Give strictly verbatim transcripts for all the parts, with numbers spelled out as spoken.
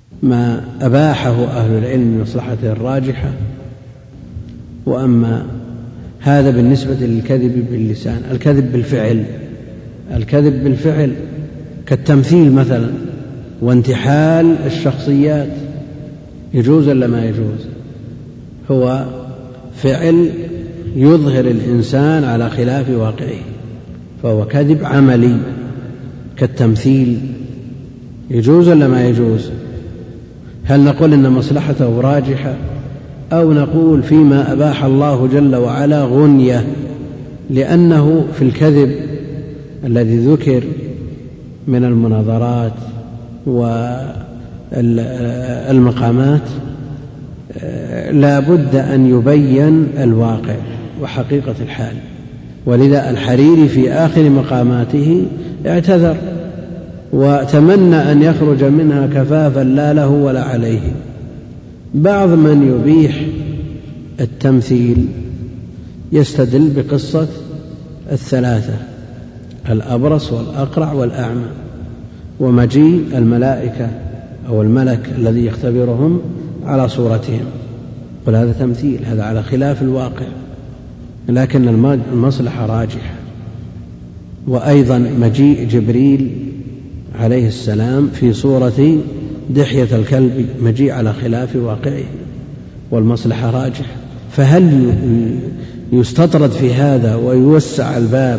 ما أباحه أهل العلم من مصلحته الراجحة. وأما هذا بالنسبة للكذب باللسان. الكذب بالفعل، الكذب بالفعل كالتمثيل مثلا وانتحال الشخصيات، يجوز ولا ما يجوز؟ هو فعل يظهر الإنسان على خلاف واقعه، فهو كذب عملي كالتمثيل، يجوز ولا ما يجوز؟ هل نقول إن مصلحته راجحة، أو نقول فيما أباح الله جل وعلا غنية؟ لأنه في الكذب الذي ذكر من المناظرات والمقامات لا بد أن يبين الواقع وحقيقة الحال، ولذا الحريري في آخر مقاماته اعتذر وتمنى أن يخرج منها كفافا لا له ولا عليه. بعض من يبيح التمثيل يستدل بقصة الثلاثة، الأبرص والأقرع والأعمى، ومجيء الملائكة أو الملك الذي يختبرهم على صورتهم، قل هذا تمثيل، هذا على خلاف الواقع، لكن المصلحة راجحة. وأيضا مجيء جبريل عليه السلام في صورة دحية الكلب، مجيء على خلاف واقعه والمصلحة راجحة. فهل يستطرد في هذا ويوسع الباب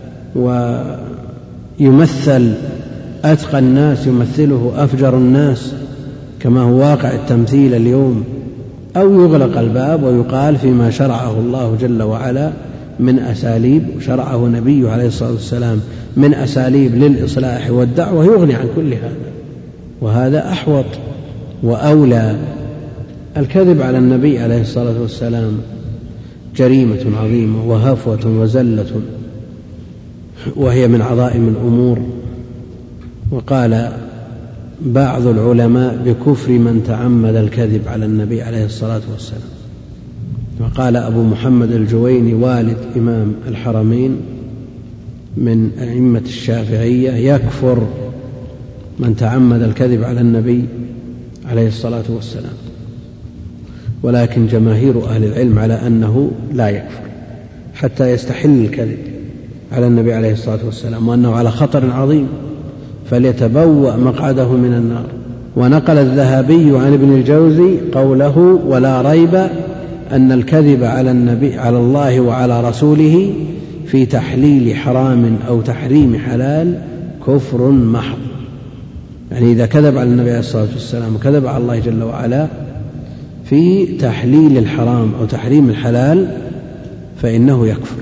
ويمثل أتقى الناس يمثله أفجر الناس كما هو واقع التمثيل اليوم، أو يغلق الباب ويقال فيما شرعه الله جل وعلا من أساليب وشرعه نبيه عليه الصلاة والسلام من أساليب للإصلاح والدعوة يغني عن كل هذا، وهذا أحوط وأولى. الكذب على النبي عليه الصلاة والسلام جريمة عظيمة وهفوة وزلة، وهي من عظائم الأمور. وقال بعض العلماء بكفر من تعمد الكذب على النبي عليه الصلاة والسلام. وقال أبو محمد الجويني والد إمام الحرمين من أئمة الشافعية يكفر من تعمد الكذب على النبي عليه الصلاة والسلام، ولكن جماهير أهل العلم على أنه لا يكفر حتى يستحل الكذب على النبي عليه الصلاة والسلام، وأنه على خطر عظيم فليتبوأ مقعده من النار. ونقل الذهبي عن ابن الجوزي قوله ولا ريب أن الكذب على النبي على الله وعلى رسوله في تحليل حرام أو تحريم حلال كفر محض. يعني إذا كذب على النبي عليه الصلاة والسلام وكذب على الله جل وعلا في تحليل الحرام أو تحريم الحلال فإنه يكفر.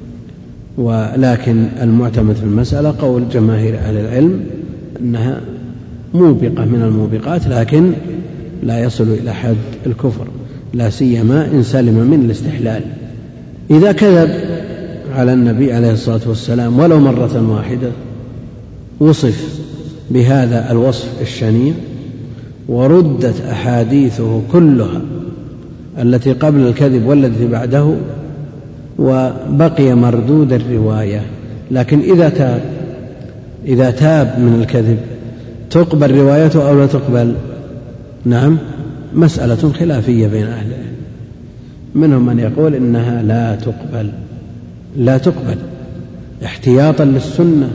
ولكن المعتمد في المسألة قول جماهير أهل العلم أنها موبقة من الموبقات، لكن لا يصل إلى حد الكفر، لا سيما إن سلم من الاستحلال. إذا كذب على النبي عليه الصلاة والسلام ولو مرة واحدة وصف بهذا الوصف الشنيع وردت أحاديثه كلها التي قبل الكذب والتي بعده وبقي مردود الرواية، لكن إذا تاب إذا تاب من الكذب تقبل روايته أو لا تقبل؟ نعم، مسألة خلافية بين أهل العلم، منهم من يقول إنها لا تقبل لا تقبل احتياطا للسنة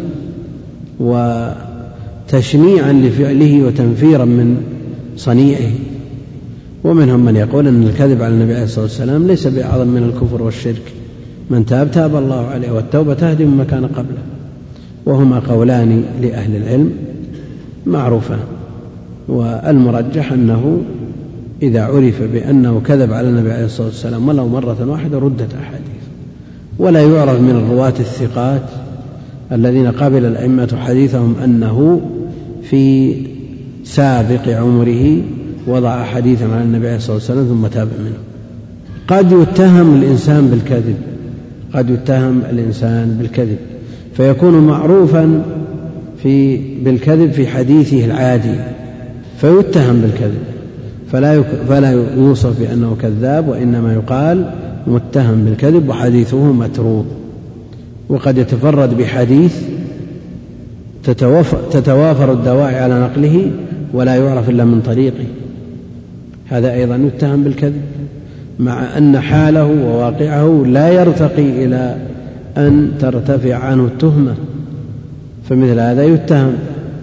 وتشنيعا لفعله وتنفيرا من صنيعه، ومنهم من يقول أن الكذب على النبي عليه الصلاة والسلام ليس بأعظم من الكفر والشرك، من تاب تاب الله عليه والتوبة تهدم ما كان قبله. وهما قولان لأهل العلم معروفان، والمرجح أنه إذا عرف بأنه كذب على النبي عليه الصلاة والسلام ولو مرة واحدة ردت أحاديث. ولا يعرف من الرواة الثقات الذين قبل الأئمة حديثهم أنه في سابق عمره وضع حديثا عن النبي عليه الصلاة والسلام ثم تاب منه. قد يتهم الإنسان بالكذب قد يتهم الإنسان بالكذب فيكون معروفا في بالكذب في حديثه العادي فيتهم بالكذب، فلا فلا يوصف بأنه كذاب، وإنما يقال متهم بالكذب وحديثه متروك. وقد يتفرد بحديث تتوافر الدواعي على نقله ولا يعرف إلا من طريقه، هذا أيضا يتهم بالكذب، مع أن حاله وواقعه لا يرتقي إلى أن ترتفع عنه التهمة، فمثل هذا يتهم.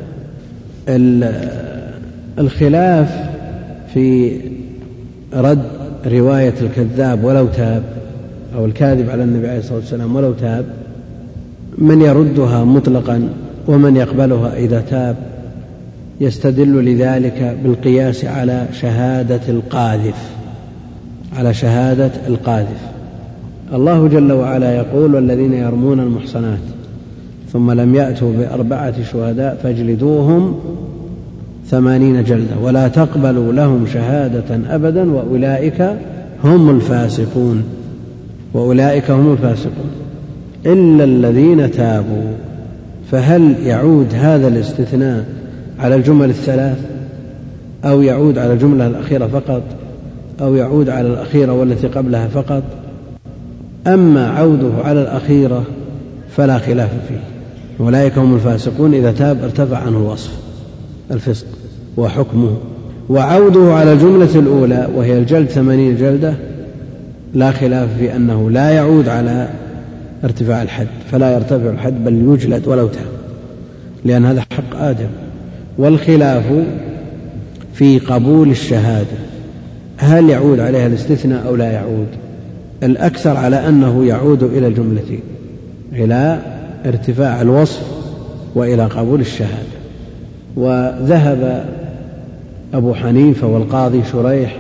الخلاف في رد رواية الكذاب ولو تاب، أو الكاذب على النبي عليه الصلاة والسلام ولو تاب، من يردها مطلقا ومن يقبلها إذا تاب، يستدل لذلك بالقياس على شهادة القاذف على شهادة القاذف. الله جل وعلا يقول: والذين يرمون المحصنات ثم لم يأتوا بأربعة شهداء فاجلدوهم ثمانين جلدة ولا تقبلوا لهم شهادة أبدا وأولئك هم الفاسقون وأولئك هم الفاسقون إلا الذين تابوا. فهل يعود هذا الاستثناء على الجمل الثلاث، أو يعود على الجملة الأخيرة فقط، أو يعود على الأخيرة والتي قبلها فقط؟ أما عوده على الأخيرة فلا خلاف فيه، أولئك هم الفاسقون إذا تاب ارتفع عنه الوصف الفسق وحكمه. وعوده على الجملة الأولى وهي الجلد ثمانين جلدة لا خلاف في أنه لا يعود على ارتفاع الحد، فلا يرتفع الحد بل يجلد ولو تاب، لأن هذا حق آدم. والخلاف في قبول الشهادة، هل يعود عليها الاستثناء أو لا يعود؟ الأكثر على أنه يعود إلى الجملتين، إلى ارتفاع الوصف وإلى قبول الشهادة. وذهب أبو حنيفة والقاضي شريح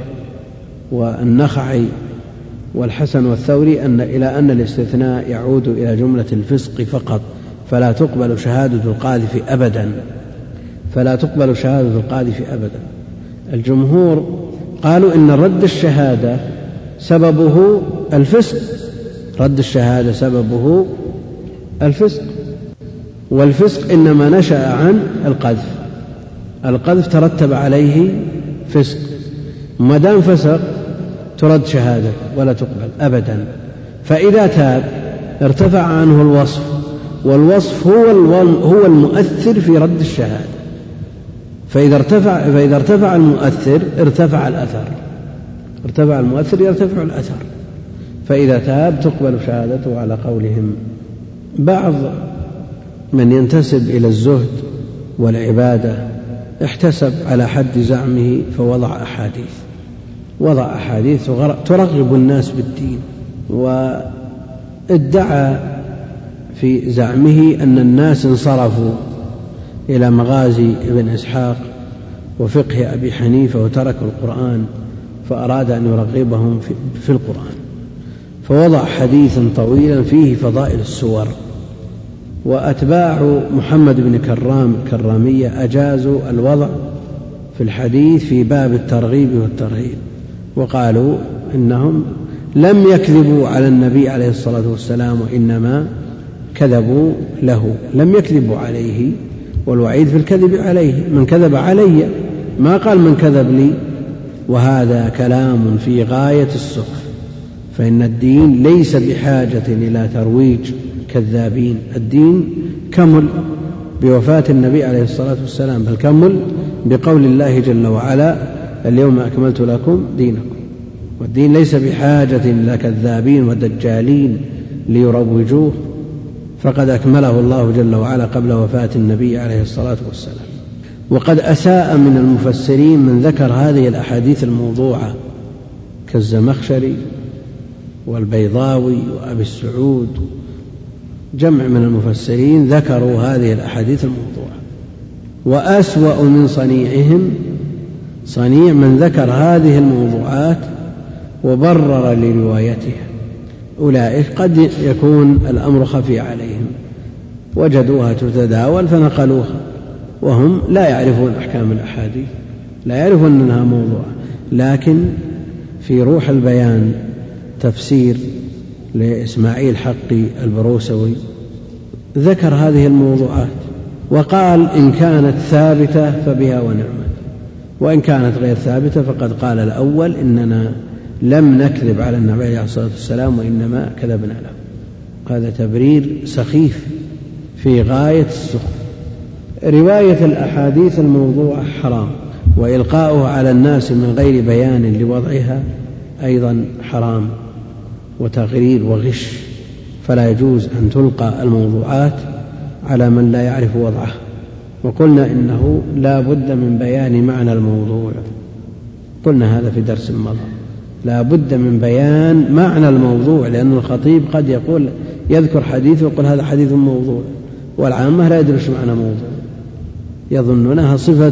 والنخعي والحسن والثوري أن إلى أن الاستثناء يعود إلى جملة الفسق فقط، فلا تقبل شهادة القاذف أبدا فلا تقبل شهادة القاذف أبدا. الجمهور قالوا إن رد الشهادة سببه الفسق، رد الشهادة سببه الفسق، والفسق إنما نشأ عن القذف، القذف ترتب عليه فسق، ما دام فسق ترد شهادة ولا تقبل أبدا. فإذا تاب ارتفع عنه الوصف، والوصف هو هو المؤثر في رد الشهادة، فإذا ارتفع فإذا ارتفع المؤثر ارتفع الأثر، ارتفع المؤثر يرتفع الأثر، فإذا تاب تقبل شهادته على قولهم. بعض من ينتسب إلى الزهد والعبادة احتسب على حد زعمه فوضع أحاديث وضع أحاديث ترغب الناس بالدين، وادعى في زعمه أن الناس انصرفوا إلى مغازي ابن إسحاق وفقه أبي حنيفة وتركوا القرآن، فأراد أن يرغبهم في القرآن، فوضع حديثا طويلا فيه فضائل السور. وأتباع محمد بن كرام الكرامية أجازوا الوضع في الحديث في باب الترغيب والترهيب، وقالوا إنهم لم يكذبوا على النبي عليه الصلاة والسلام وإنما كذبوا له، لم يكذبوا عليه، والوعيد في الكذب عليه، من كذب علي، ما قال من كذب لي. وهذا كلام في غاية السخف، فإن الدين ليس بحاجة إلى ترويج كذابين، الدين كمل بوفاة النبي عليه الصلاة والسلام، بل كمل بقول الله جل وعلا: اليوم أكملت لكم دينكم. والدين ليس بحاجة إلى كذابين ودجالين ليروجوه، فقد أكمله الله جل وعلا قبل وفاة النبي عليه الصلاة والسلام. وقد أساء من المفسرين من ذكر هذه الأحاديث الموضوعة كالزمخشري والبيضاوي وأبي السعود، جمع من المفسرين ذكروا هذه الأحاديث الموضوعة. وأسوأ من صنيعهم صنيع من ذكر هذه الموضوعات وبرر لروايتها، أولئك قد يكون الأمر خفي عليهم، وجدوها تتداول فنقلوها، وهم لا يعرفون أحكام الأحاديث، لا يعرفون أنها موضوع. لكن في روح البيان تفسير لإسماعيل حقي البروسوي ذكر هذه الموضوعات وقال: إن كانت ثابتة فبها ونعمت، وإن كانت غير ثابتة فقد قال الأول إننا لم نكذب على النبي عليه الصلاة والسلام وإنما كذبنا له. هذا تبرير سخيف في غاية السخف. رواية الأحاديث الموضوعة حرام، وإلقاؤها على الناس من غير بيان لوضعها أيضا حرام وتغرير وغش، فلا يجوز أن تلقى الموضوعات على من لا يعرف وضعه. وقلنا إنه لا بد من بيان معنى الموضوع، قلنا هذا في درس مضى، لا بد من بيان معنى الموضوع، لأن الخطيب قد يقول يذكر حديث ويقول هذا حديث موضوع، والعامة لا يدرس معنى موضوع، يظنونها صفة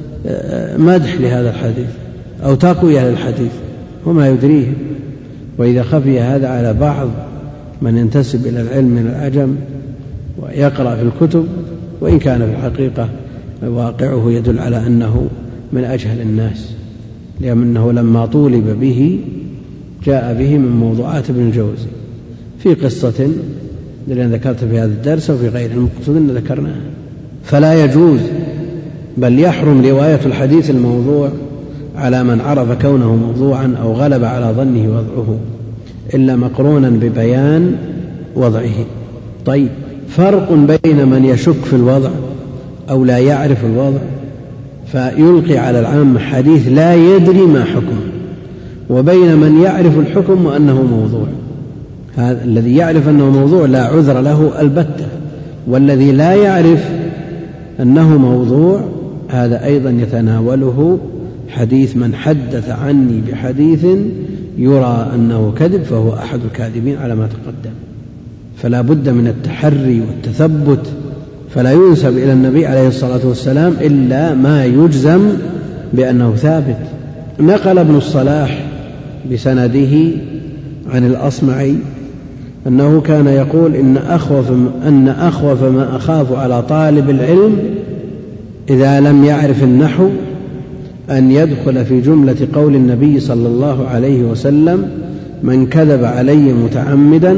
مدح لهذا الحديث أو تقوية للحديث وما يدريه. وإذا خفي هذا على بعض من ينتسب إلى العلم من العجم ويقرأ في الكتب، وإن كان في الحقيقة واقعه يدل على أنه من أجهل الناس، لأنه لما طولب به جاء به من موضوعات ابن الجوزي في قصة التي ذكرت في هذا الدرس وفي غير المقصود أن ذكرناها. فلا يجوز بل يحرم رواية الحديث الموضوع على من عرف كونه موضوعا أو غلب على ظنه وضعه، إلا مقرونا ببيان وضعه. طيب، فرق بين من يشك في الوضع أو لا يعرف الوضع فيلقي على العام حديث لا يدري ما حكم، وبين من يعرف الحكم وأنه موضوع. هذا الذي يعرف أنه موضوع لا عذر له البتة، والذي لا يعرف أنه موضوع هذا أيضا يتناوله حديث من حدث عني بحديث يرى أنه كذب فهو أحد الكاذبين على ما تقدم. فلا بد من التحري والتثبت، فلا ينسب إلى النبي عليه الصلاة والسلام إلا ما يجزم بأنه ثابت. نقل ابن الصلاح بسنده عن الأصمعي أنه كان يقول إن أخوف, أن أخوف ما أخاف على طالب العلم إذا لم يعرف النحو أن يدخل في جملة قول النبي صلى الله عليه وسلم من كذب علي متعمدا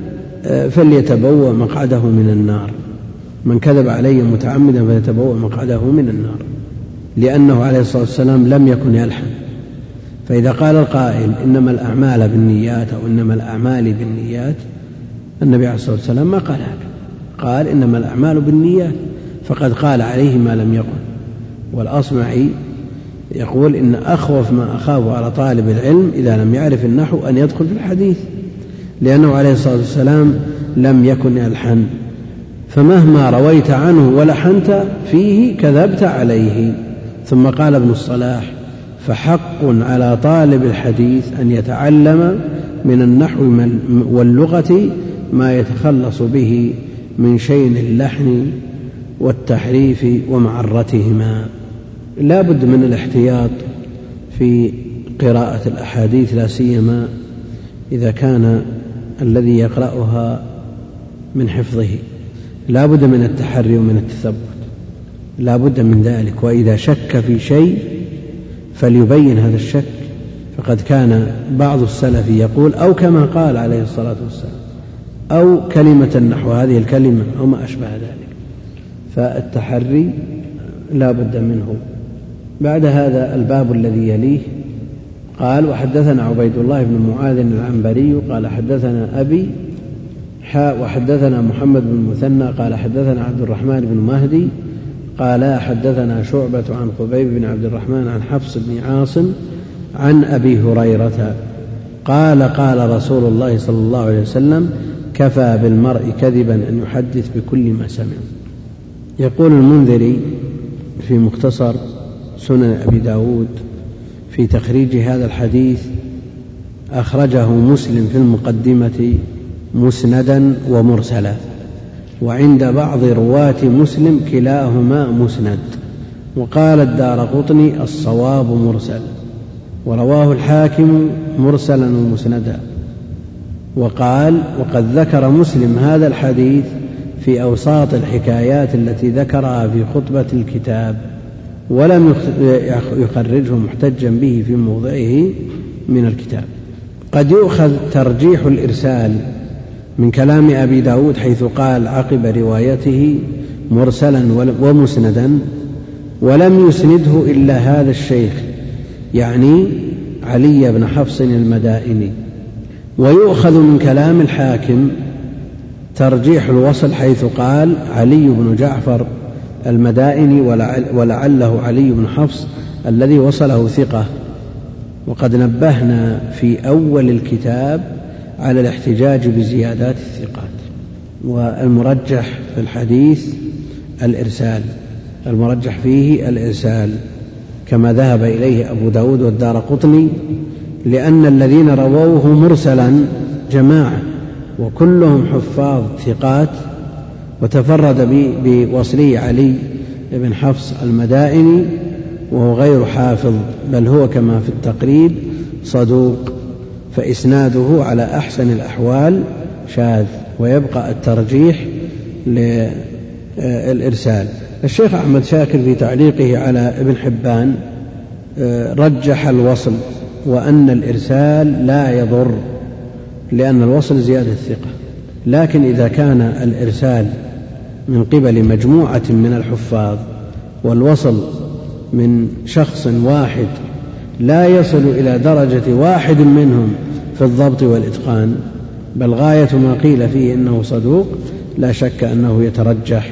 فليتبوأ مقعده من النار، من كذب علي متعمدا فليتبوأ مقعده من النار، لأنه عليه الصلاة والسلام لم يكن يلحن. فإذا قال القائل إنما الأعمال بالنيات أو إنما الأعمال بالنيات، النبي عليه الصلاة والسلام ما قال هذا، قال إنما الأعمال بالنيات، فقد قال عليه ما لم يقل. والأصمعي يقول إن أخوف ما أخاف على طالب العلم إذا لم يعرف النحو أن يدخل في الحديث، لأنه عليه الصلاة والسلام لم يكن يلحن، فمهما رويت عنه ولحنت فيه كذبت عليه. ثم قال ابن الصلاح فحق على طالب الحديث أن يتعلم من النحو واللغة ما يتخلص به من شين اللحن والتحريف ومعرتهما. لا بد من الاحتياط في قراءة الأحاديث، لا سيما إذا كان الذي يقرأها من حفظه، لا بد من التحري ومن التثبت، لا بد من ذلك. وإذا شك في شيء فليبين هذا الشك، فقد كان بعض السلف يقول أو كما قال عليه الصلاة والسلام أو كلمة نحو هذه الكلمة أو ما أشبه ذلك، فالتحري لا بد منه. بعد هذا الباب الذي يليه قال وحدثنا عبيد الله بن معاذ العنبري قال حدثنا أبي حاء وحدثنا محمد بن المثنى قال حدثنا عبد الرحمن بن مهدي قال حدثنا شعبة عن خبيب بن عبد الرحمن عن حفص بن عاصم عن أبي هريرة قال قال رسول الله صلى الله عليه وسلم كفى بالمرء كذبا أن يحدث بكل ما سمع. يقول المنذري في مختصر سنن أبي داود في تخريج هذا الحديث أخرجه مسلم في المقدمة مسندا ومرسلا، وعند بعض رواة مسلم كلاهما مسند، وقال الدارقطني الصواب مرسل، ورواه الحاكم مرسلا ومسندا. وقال وقد ذكر مسلم هذا الحديث في أوساط الحكايات التي ذكرها في خطبة الكتاب، ولم يخرجه محتجا به في موضعه من الكتاب. قد يؤخذ ترجيح الإرسال من كلام أبي داود حيث قال عقب روايته مرسلا ومسندا ولم يسنده إلا هذا الشيخ، يعني علي بن حفص المدائني. ويؤخذ من كلام الحاكم ترجيح الوصل حيث قال علي بن جعفر المدائني ولعله علي بن حفص الذي وصله ثقة. وقد نبهنا في أول الكتاب على الاحتجاج بزيادات الثقات. والمرجح في الحديث الإرسال، المرجح فيه الإرسال كما ذهب إليه أبو داود والدارقطني، لأن الذين رووه مرسلا جماعة وكلهم حفاظ ثقات، وتفرد بوصله علي بن حفص المدائني وهو غير حافظ، بل هو كما في التقريب صدوق، فإسناده على أحسن الأحوال شاذ، ويبقى الترجيح للإرسال. الشيخ أحمد شاكر في تعليقه على ابن حبان رجح الوصل، وأن الإرسال لا يضر لأن الوصل زيادة الثقة، لكن إذا كان الإرسال من قبل مجموعة من الحفاظ والوصل من شخص واحد لا يصل إلى درجة واحد منهم في الضبط والإتقان، بل غاية ما قيل فيه إنه صدوق، لا شك أنه يترجح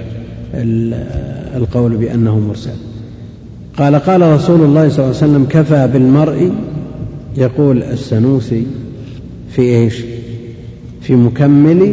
القول بأنه مرسل. قال قال رسول الله صلى الله عليه وسلم: كفى بالمرء، يقول السنوسي في إيش؟ في مكمل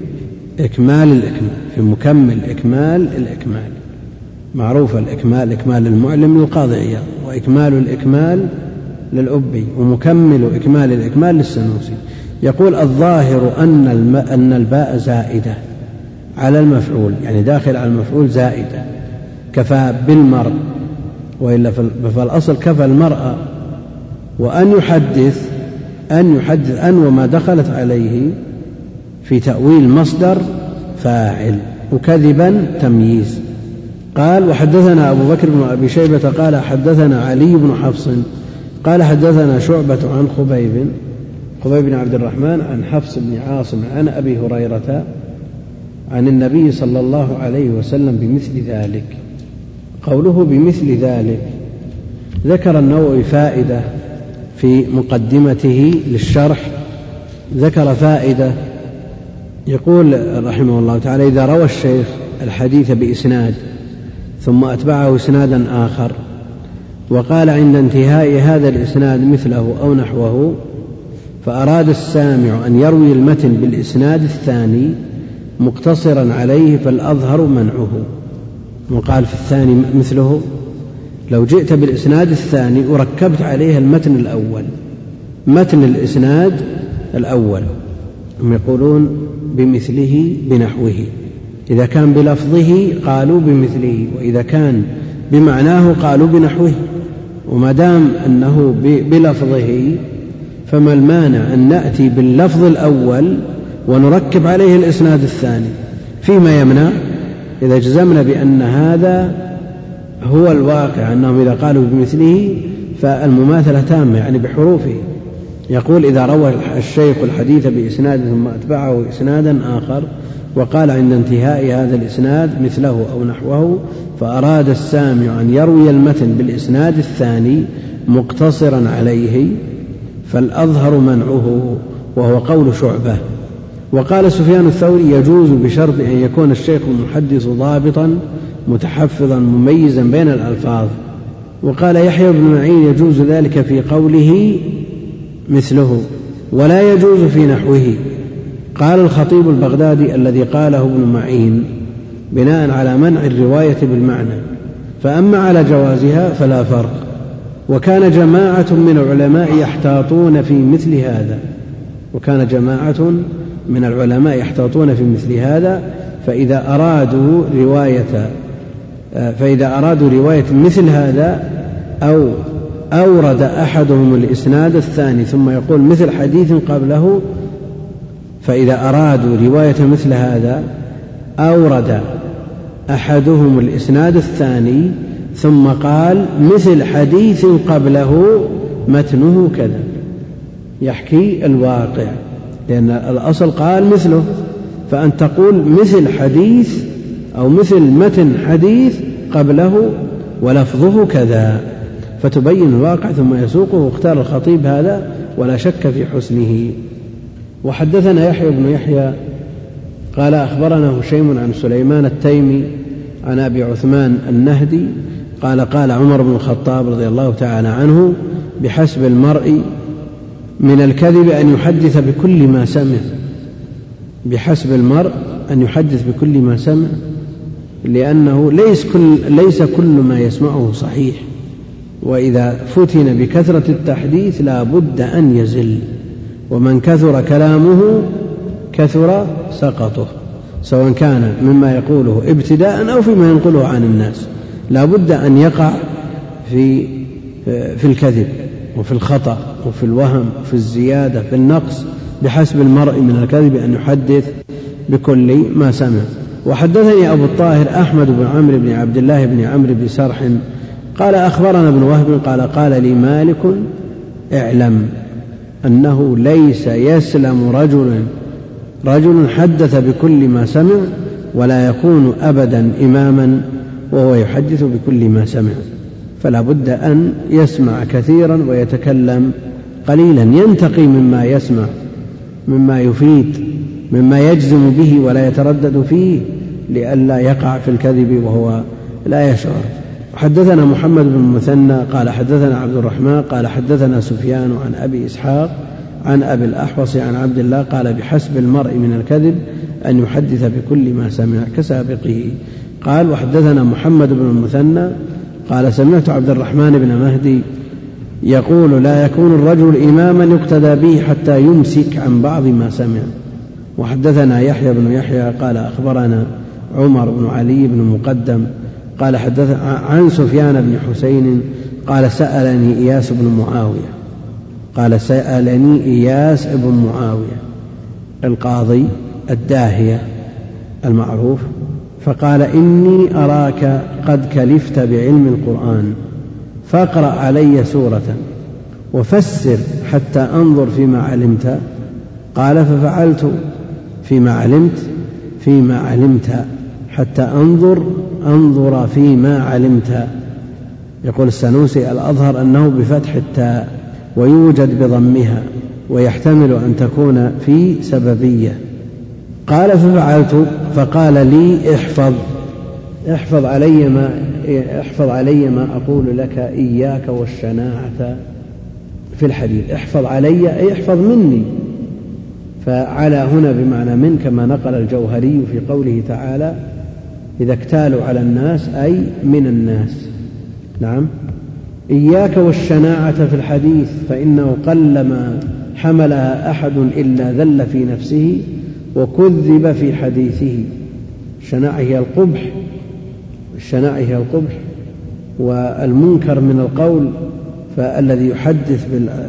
إكمال الإكمال، في مكمل إكمال الإكمال. معروف الإكمال إكمال المعلم للقاضي عياض، وإكمال الإكمال للأبي، ومكمل إكمال الإكمال للسنوسي. يقول: الظاهر أن أن الباء زائدة على المفعول، يعني داخل على المفعول زائدة، كفى بالمرء، وإلا فالأصل كفى المرأة. وأن يحدث أن يحدث أن وما دخلت عليه في تأويل مصدر فاعل، وكذبا تمييز. قال: وحدثنا أبو بكر بن أبي شيبة قال حدثنا علي بن حفص قال حدثنا شعبة عن خبيب خبيب بن عبد الرحمن عن حفص بن عاصم عن أبي هريرة عن النبي صلى الله عليه وسلم بمثل ذلك. قوله بمثل ذلك، ذكر النووي فائدة في مقدمته للشرح، ذكر فائدة، يقول رحمه الله تعالى: إذا روى الشيخ الحديث بإسناد ثم أتبعه إسنادا آخر وقال عند انتهاء هذا الإسناد مثله أو نحوه، فأراد السامع أن يروي المتن بالإسناد الثاني مقتصرا عليه، فالأظهر منعه. وقال في الثاني مثله، لو جئت بالإسناد الثاني وركبت عليه المتن الأول، متن الإسناد الأول، هم يقولون بمثله بنحوه، إذا كان بلفظه قالوا بمثله، وإذا كان بمعناه قالوا بنحوه. وما دام أنه بلفظه فما المانع أن نأتي باللفظ الأول ونركب عليه الإسناد الثاني؟ فيما يمنع إذا جزمنا بأن هذا هو الواقع، أنهم إذا قالوا بمثله فالمماثلة تامة، يعني بحروفه. يقول: إذا روى الشيخ الحديث بإسناد ثم أتبعه إسنادا آخر وقال عند انتهاء هذا الإسناد مثله أو نحوه، فأراد السامع أن يروي المتن بالإسناد الثاني مقتصرا عليه، فالأظهر منعه، وهو قول شعبة. وقال سفيان الثوري: يجوز بشرط أن يكون الشيخ المحدث ضابطا متحفظا مميزا بين الألفاظ. وقال يحيى بن معين: يجوز ذلك في قوله مثله، ولا يجوز في نحوه. قال الخطيب البغدادي الذي قاله ابن معين بناء على منع الرواية بالمعنى، فأما على جوازها فلا فرق. وكان جماعة من العلماء يحتاطون في مثل هذا وكان جماعة من العلماء يحتاطون في مثل هذا فإذا أرادوا رواية فإذا أرادوا رواية مثل هذا أو أورد أحدهم الإسناد الثاني ثم يقول مثل حديث قبله، فإذا أرادوا رواية مثل هذا أورد أحدهم الإسناد الثاني ثم قال مثل حديث قبله متنه كذا، يحكي الواقع، لأن الأصل قال مثله، فأن تقول مثل حديث أو مثل متن حديث قبله ولفظه كذا، فتبين الواقع ثم يسوقه. واختار الخطيب هذا ولا شك في حسنه. وحدثنا يحيى بن يحيى قال أخبرنا هشيم عن سليمان التيمي عن أبي عثمان النهدي قال قال عمر بن الخطاب رضي الله تعالى عنه: بحسب المرء من الكذب أن يحدث بكل ما سمع. بحسب المرء أن يحدث بكل ما سمع، لأنه ليس كل, ليس كل ما يسمعه صحيح، وإذا فتن بكثرة التحديث لا بد أن يزل، ومن كثر كلامه كثر سقطه، سواء كان مما يقوله ابتداء أو فيما ينقله عن الناس. لا بد أن يقع في في الكذب وفي الخطأ وفي الوهم وفي الزيادة في النقص. بحسب المرء من الكذب أن يحدث بكل ما سمع. وحدثني أبو الطاهر أحمد بن عمرو بن عبد الله بن عمرو بن سرح قال أخبرنا ابن وهب قال قال لي مالك: اعلم أنه ليس يسلم رجل رجل حدث بكل ما سمع ولا يكون أبدا إماما وهو يحدث بكل ما سمع، فلا بد أن يسمع كثيرا ويتكلم قليلا، ينتقي مما يسمع مما يفيد مما يجزم به ولا يتردد فيه، لئلا يقع في الكذب وهو لا يشعر. حدثنا محمد بن المثنى قال حدثنا عبد الرحمن قال حدثنا سفيان عن أبي إسحاق عن أبي الأحوص عن عبد الله قال: بحسب المرء من الكذب أن يحدث بكل ما سمع كسابقه. قال: وحدثنا محمد بن المثنى قال سمعت عبد الرحمن بن مهدي يقول: لا يكون الرجل إماما يقتدى به حتى يمسك عن بعض ما سمع. وحدثنا يحيى بن يحيى قال أخبرنا عمر بن علي بن مقدم قال حدث عن سفيان بن حسين قال سألني إياس بن معاوية قال سألني إياس بن معاوية القاضي الداهية المعروف، فقال: إني أراك قد كلفت بعلم القرآن، فاقرأ علي سورة وفسر حتى أنظر فيما علمت. قال: ففعلت فيما علمت فيما علمت حتى أنظر أنظر فيما علمت. يقول السنوسي: الأظهر أنه بفتح التاء ويوجد بضمها، ويحتمل أن تكون في سببية. قال: ففعلت. فقال لي: احفظ احفظ علي ما احفظ علي ما أقول لك، إياك والشناعة في الحديث. احفظ علي أي احفظ مني، فعلى هنا بمعنى من، كما نقل الجوهري في قوله تعالى: إذا اكتالوا على الناس أي من الناس. نعم. إياك والشناعة في الحديث، فإنه قلما حملها أحد إلا ذل في نفسه وكذب في حديثه. الشناعة هي القبح الشناعة هي القبح والمنكر من القول، فالذي يحدث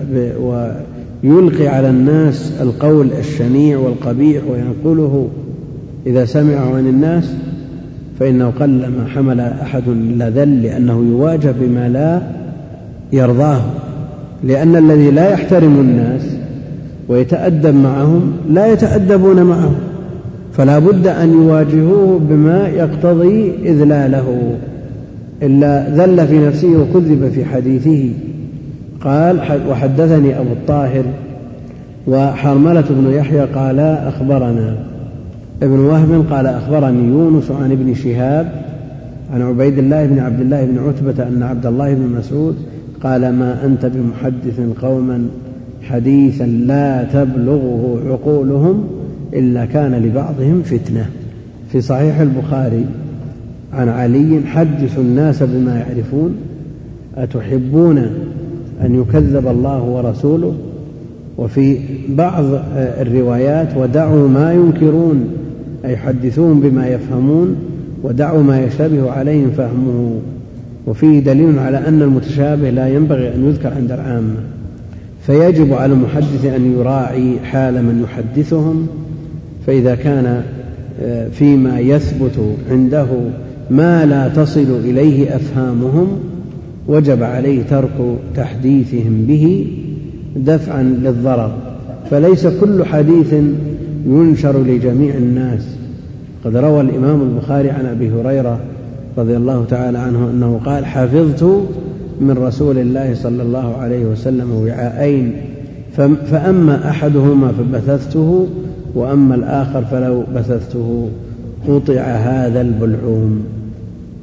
ويلقي على الناس القول الشنيع والقبيح وينقله إذا سمعه عن الناس، فإنه قلما حمل أحد إلا ذل، لأنه يواجه بما لا يرضاه، لأن الذي لا يحترم الناس ويتأدب معهم لا يتأدبون معه، فلا بد أن يواجهوه بما يقتضي إذلاله، إلا ذل في نفسه وكذب في حديثه. قال: وحدثني أبو الطاهر وحرملة بن يحيى قال أخبرنا ابن وهب قال أخبرني يونس عن ابن شهاب عن عبيد الله بن عبد الله بن عتبة أن عبد الله بن مسعود قال: ما أنت بمحدث قوما حديثا لا تبلغه عقولهم إلا كان لبعضهم فتنة. في صحيح البخاري عن علي: حدثوا الناس بما يعرفون، أتحبون أن يكذب الله ورسوله؟ وفي بعض الروايات: ودعوا ما ينكرون، أي حدثوهم بما يفهمون ودعوا ما يشتبه عليهم فهمه. وفيه دليل على أن المتشابه لا ينبغي أن يذكر عند العامة، فيجب على المحدث أن يراعي حال من يحدثهم، فإذا كان فيما يثبت عنده ما لا تصل إليه أفهامهم وجب عليه ترك تحديثهم به دفعا للضرر. فليس كل حديث ينشر لجميع الناس. قد روى الإمام البخاري عن أبي هريرة رضي الله تعالى عنه أنه قال: حفظت من رسول الله صلى الله عليه وسلم وعاءين، فأما أحدهما فبثثته، وأما الآخر فلو بثثته قطع هذا البلعوم.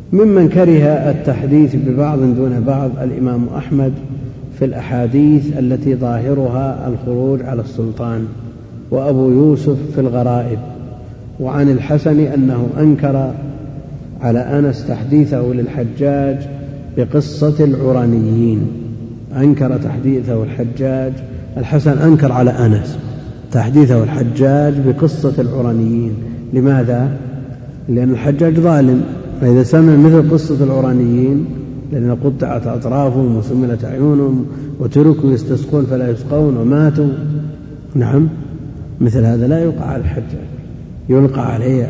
ممن كره التحديث ببعض دون بعض الإمام أحمد في الأحاديث التي ظاهرها الخروج على السلطان، وأبو يوسف في الغرائب. وعن الحسن أنه أنكر على أنس تحديثه للحجاج بقصة العرانيين، أنكر تحديثه الحجاج الحسن أنكر على أنس تحديثه الحجاج بقصة العرانيين. لماذا؟ لأن الحجاج ظالم، فإذا سمع مثل قصة العرانيين الذين قطعت أطرافهم وسملت أعينهم وتركوا يستسقون فلا يسقون وماتوا، نعم، مثل هذا لا يلقى على الحجاج، يلقى عليه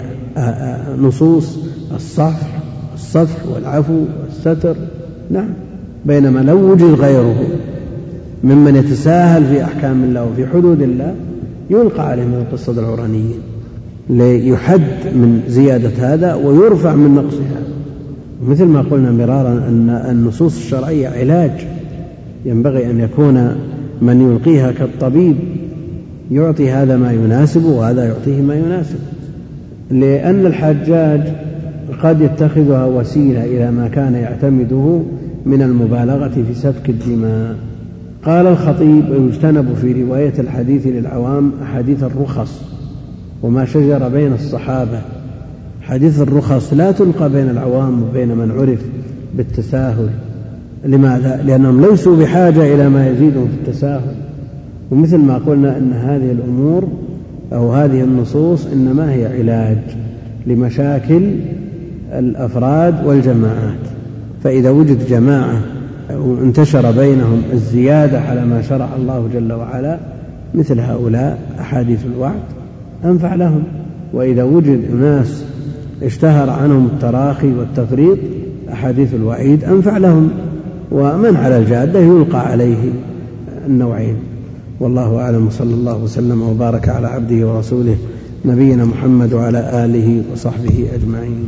نصوص الصفح الصفح والعفو والستر، نعم. بينما لو وجد غيره ممن يتساهل في أحكام الله وفي حدود الله يلقى عليه من قصة العرانيين ليحد من زيادة هذا ويرفع من نقص هذا. مثل ما قلنا مرارا أن النصوص الشرعية علاج، ينبغي أن يكون من يلقيها كالطبيب يعطي هذا ما يناسب وهذا يعطيه ما يناسب، لأن الحجاج قد يتخذها وسيلة إلى ما كان يعتمده من المبالغة في سفك الدماء. قال الخطيب: ويجتنب في رواية الحديث للعوام أحاديث الرخص وما شجر بين الصحابة. حديث الرخص لا تلقى بين العوام وبين من عرف بالتساهل. لماذا؟ لأنهم ليسوا بحاجة إلى ما يزيدهم في التساهل. ومثل ما قلنا أن هذه الأمور أو هذه النصوص إنما هي علاج لمشاكل الأفراد والجماعات، فإذا وجد جماعة وانتشر بينهم الزيادة على ما شرع الله جل وعلا مثل هؤلاء أحاديث الوعد أنفع لهم، وإذا وجد أناس اشتهر عنهم التراخي والتفريط أحاديث الوعيد أنفع لهم. ومن على الجادة يلقى عليه النوعين. والله أعلم، صلى الله وسلم وبارك على عبده ورسوله نبينا محمد وعلى آله وصحبه أجمعين.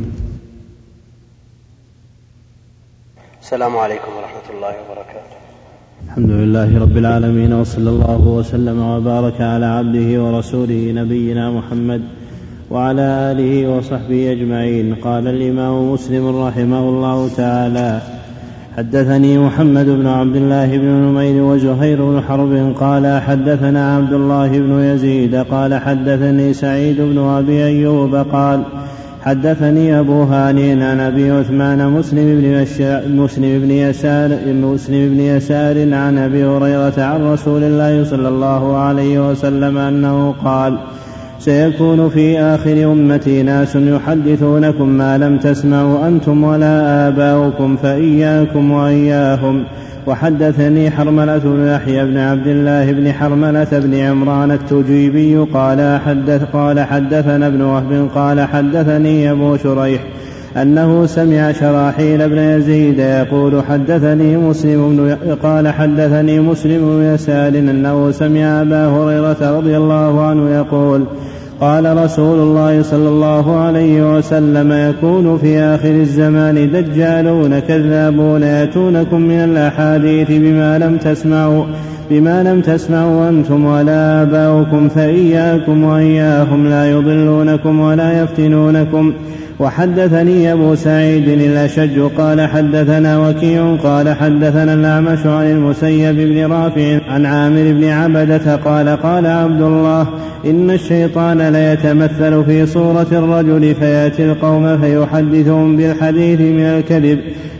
السلام عليكم ورحمة الله وبركاته. الحمد لله رب العالمين، وصلى الله وسلم وبارك على عبده ورسوله نبينا محمد وعلى آله وصحبه أجمعين. قال الإمام مسلم رحمه الله تعالى: حدثني محمد بن عبد الله بن نمير وزهير بن حرب قال حدثنا عبد الله بن يزيد قال حدثني سعيد بن أبي أيوب قال حدثني أبو هانئ عن أبي عثمان مسلم بن مسلم بن يسار مسلم بن يسار عن أبي هريرة عن رسول الله صلى الله عليه وسلم أنه قال: سيكون في آخر أمتي ناس يحدثونكم ما لم تسمعوا أنتم ولا آباؤكم فإياكم وإياهم. وحدثني حرملة بن يحيى بن عبد الله بن حرملة بن عمران التجيبي قال حدث قال حدثنا ابن وهب قال حدثني أبو شريح أنه سمع شراحيل بن يزيد يقول حدثني مسلم قال حدثني مسلم بن يسار أنه سمع أبا هريرة رضي الله عنه يقول: قال رسول الله صلى الله عليه وسلم: يكون في آخر الزمان دجالون كذابون يأتونكم من الأحاديث بما لم تسمعوا بما لم تسمعوا أنتم ولا آباؤكم فإياكم وإياهم لا يضلونكم ولا يفتنونكم. وحدثني أبو سعيد الأشج قال حدثنا وكيع قال حدثنا الأعمش عن المسيب بن رافع عن عامر بن عبدة قال: قال عبد الله: إن الشيطان ليتمثل في صورة الرجل فيأتي القوم فيحدثهم بالحديث من الكذب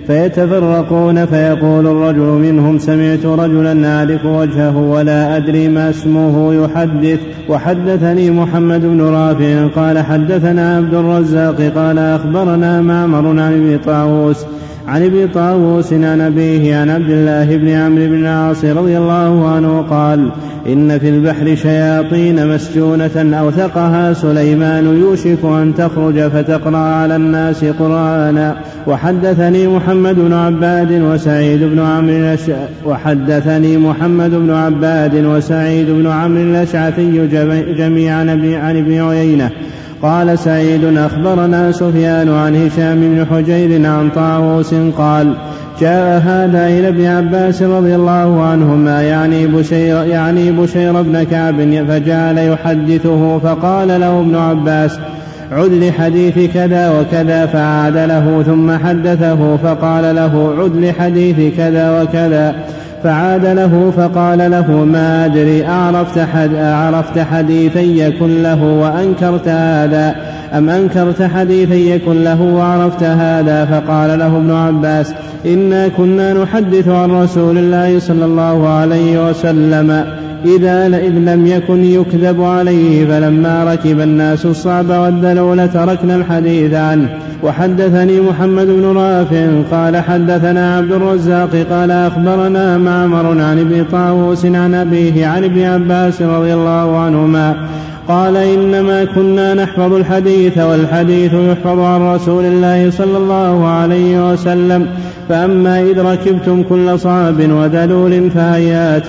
فيتفرقون فيقول الرجل منهم: سمعت رجلا أعرف وجهه ولا أدري ما اسمه يحدث. وحدثني محمد بن رافع قال حدثنا عبد الرزاق قال أخبرنا معمر عن ابن طاووس عن ابن طاووس عن أبيه عن عبد الله بن عمرو بن العاص رضي الله عنه قال: إن في البحر شياطين مسجونة أوثقها سليمان يوشك أن تخرج فتقرأ على الناس قرآنا. وحدثني محمد بن عباد وسعيد بن عمرو وحدثني محمد بن عباد وسعيد بن عمرو الأشعثي جميعا عن ابن عيينة قال سعيد: أخبرنا سفيان عن هشام بن حجير عن طاووس قال: جاء هذا إلى ابن عباس رضي الله عنهما يعني بشير, يعني بشير بن كعب فجعل يحدثه فقال له ابن عباس: عد لحديث كذا وكذا، فعاد له ثم حدثه فقال له عد لحديث كذا وكذا، فعاد له فقال له ما أدري أعرفت, حد أعرفت حديثا يكن له وأنكرت هذا أم أنكرت حديثا يكن له وعرفت هذا؟ فقال له ابن عباس إنا كنا نحدث عن رسول الله صلى الله عليه وسلم إذا إذ لم يكن يكذب عليه، فلما ركب الناس الصعب والذلول تركنا الحديث عنه. وحدثني محمد بن رافع قال حدثنا عبد الرزاق قال أخبرنا معمر عن ابن طاووس عن أبيه عن ابن عباس رضي الله عنهما قال إنما كنا نحفظ الحديث والحديث يحفظ عن رسول الله صلى الله عليه وسلم، فأما إذ ركبتم كل صعب وذلول فهيات.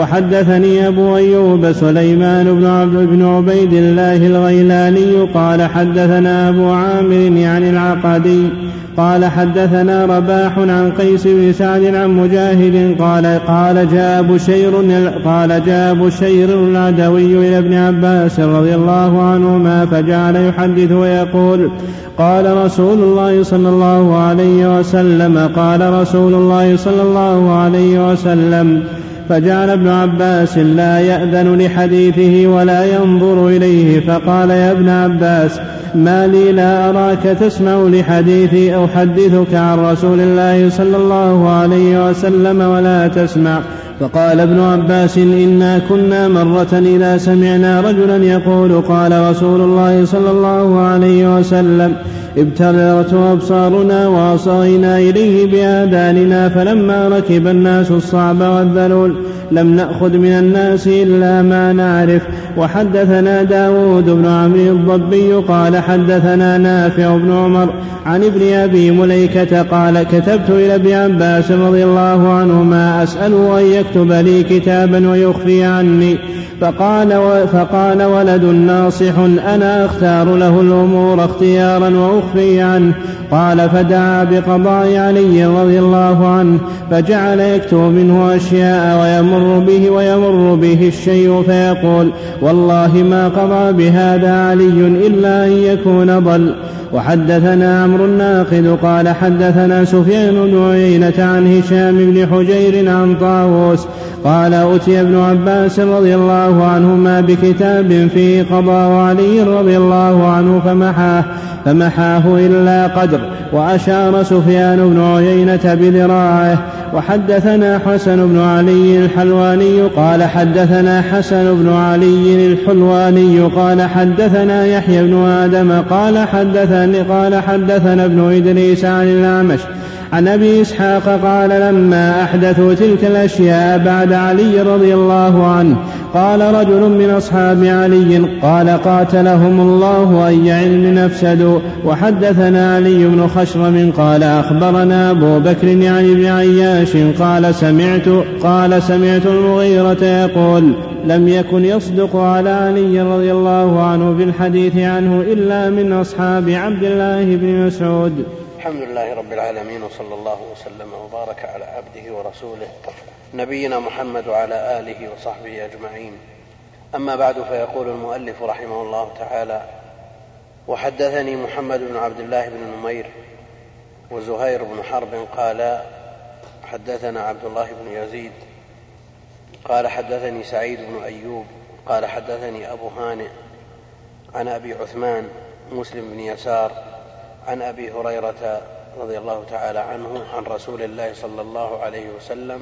وحدثني أبو أيوب سليمان بن عبد بن عبيد الله الغيلاني قال حدثنا أبو عامر يعني العقدي قال حدثنا رباح عن قيس بن سعد عن مجاهد قال قال جاء بشير قال جاء بشير العدوي إلى ابن عباس رضي الله عنهما فجعل يحدث ويقول قال رسول الله صلى الله عليه وسلم قال رسول الله صلى الله عليه وسلم، فجعل ابن عباس لا يأذن لحديثه ولا ينظر إليه، فقال يا ابن عباس ما لي لا أراك تسمع لحديثي أو حدثك عن رسول الله صلى الله عليه وسلم ولا تسمع؟ فقال ابن عباس إنا كنا مرة إذا سمعنا رجلا يقول قال رسول الله صلى الله عليه وسلم ابتلرت أبصارنا وأصغينا إليه بآذاننا، فلما ركب الناس الصعب والذلول لم نأخذ من الناس إلا ما نعرف. وحدثنا داود بن عمرو الضبي قال حدثنا نافع بن عمر عن ابن أبي مليكة قال كتبت إلى ابن عباس رضي الله عنهما أسأله أن يكتب لي كتابا ويخفي عني، فقال, و فقال ولد ناصح أنا أختار له الأمور اختيارا وأخفي عنه. قال فدعا بقضاء علي رضي الله عنه فجعل يكتب منه أشياء ويمر به ويمر به الشيء فيقول والله ما قضى بهذا علي إلا أن يكون ضل. وحدثنا عمرو الناقد قال حدثنا سفيان بن عيينة عن هشام بن حجير عن طاووس قال أتي ابن عباس رضي الله عنهما بكتاب فيه قضاء علي رضي الله عنه فمحاه, فمحاه إلا قدر، وأشار سفيان بن عيينة بذراعه. وحدثنا حسن بن علي الحلواني قال حدثنا حسن بن علي الحلواني قال حدثنا يحيى بن آدم قال حدثني قال حدثنا ابن إدريس عن الأعمش عن أبي إسحاق قال لما أحدثوا تلك الأشياء بعد علي رضي الله عنه قال رجل من أصحاب علي قال قاتلهم الله أي علم أفسدوا. وحدثنا علي بن خشرم قال أخبرنا أبو بكر يعني بن عياش قال سمعت قال سمعت المغيرة يقول لم يكن يصدق على علي رضي الله عنه بالحديث عنه إلا من أصحاب عبد الله بن مسعود. الحمد لله رب العالمين، وصلى الله وسلم وبارك على عبده ورسوله نبينا محمد وعلى آله وصحبه أجمعين. أما بعد، فيقول المؤلف رحمه الله تعالى: وحدثني محمد بن عبد الله بن نمير وزهير بن حرب قال حدثنا عبد الله بن يزيد قال حدثني سعيد بن أيوب قال حدثني أبو هانئ عن أبي عثمان مسلم بن يسار عن أبي هريرة رضي الله تعالى عنه عن رسول الله صلى الله عليه وسلم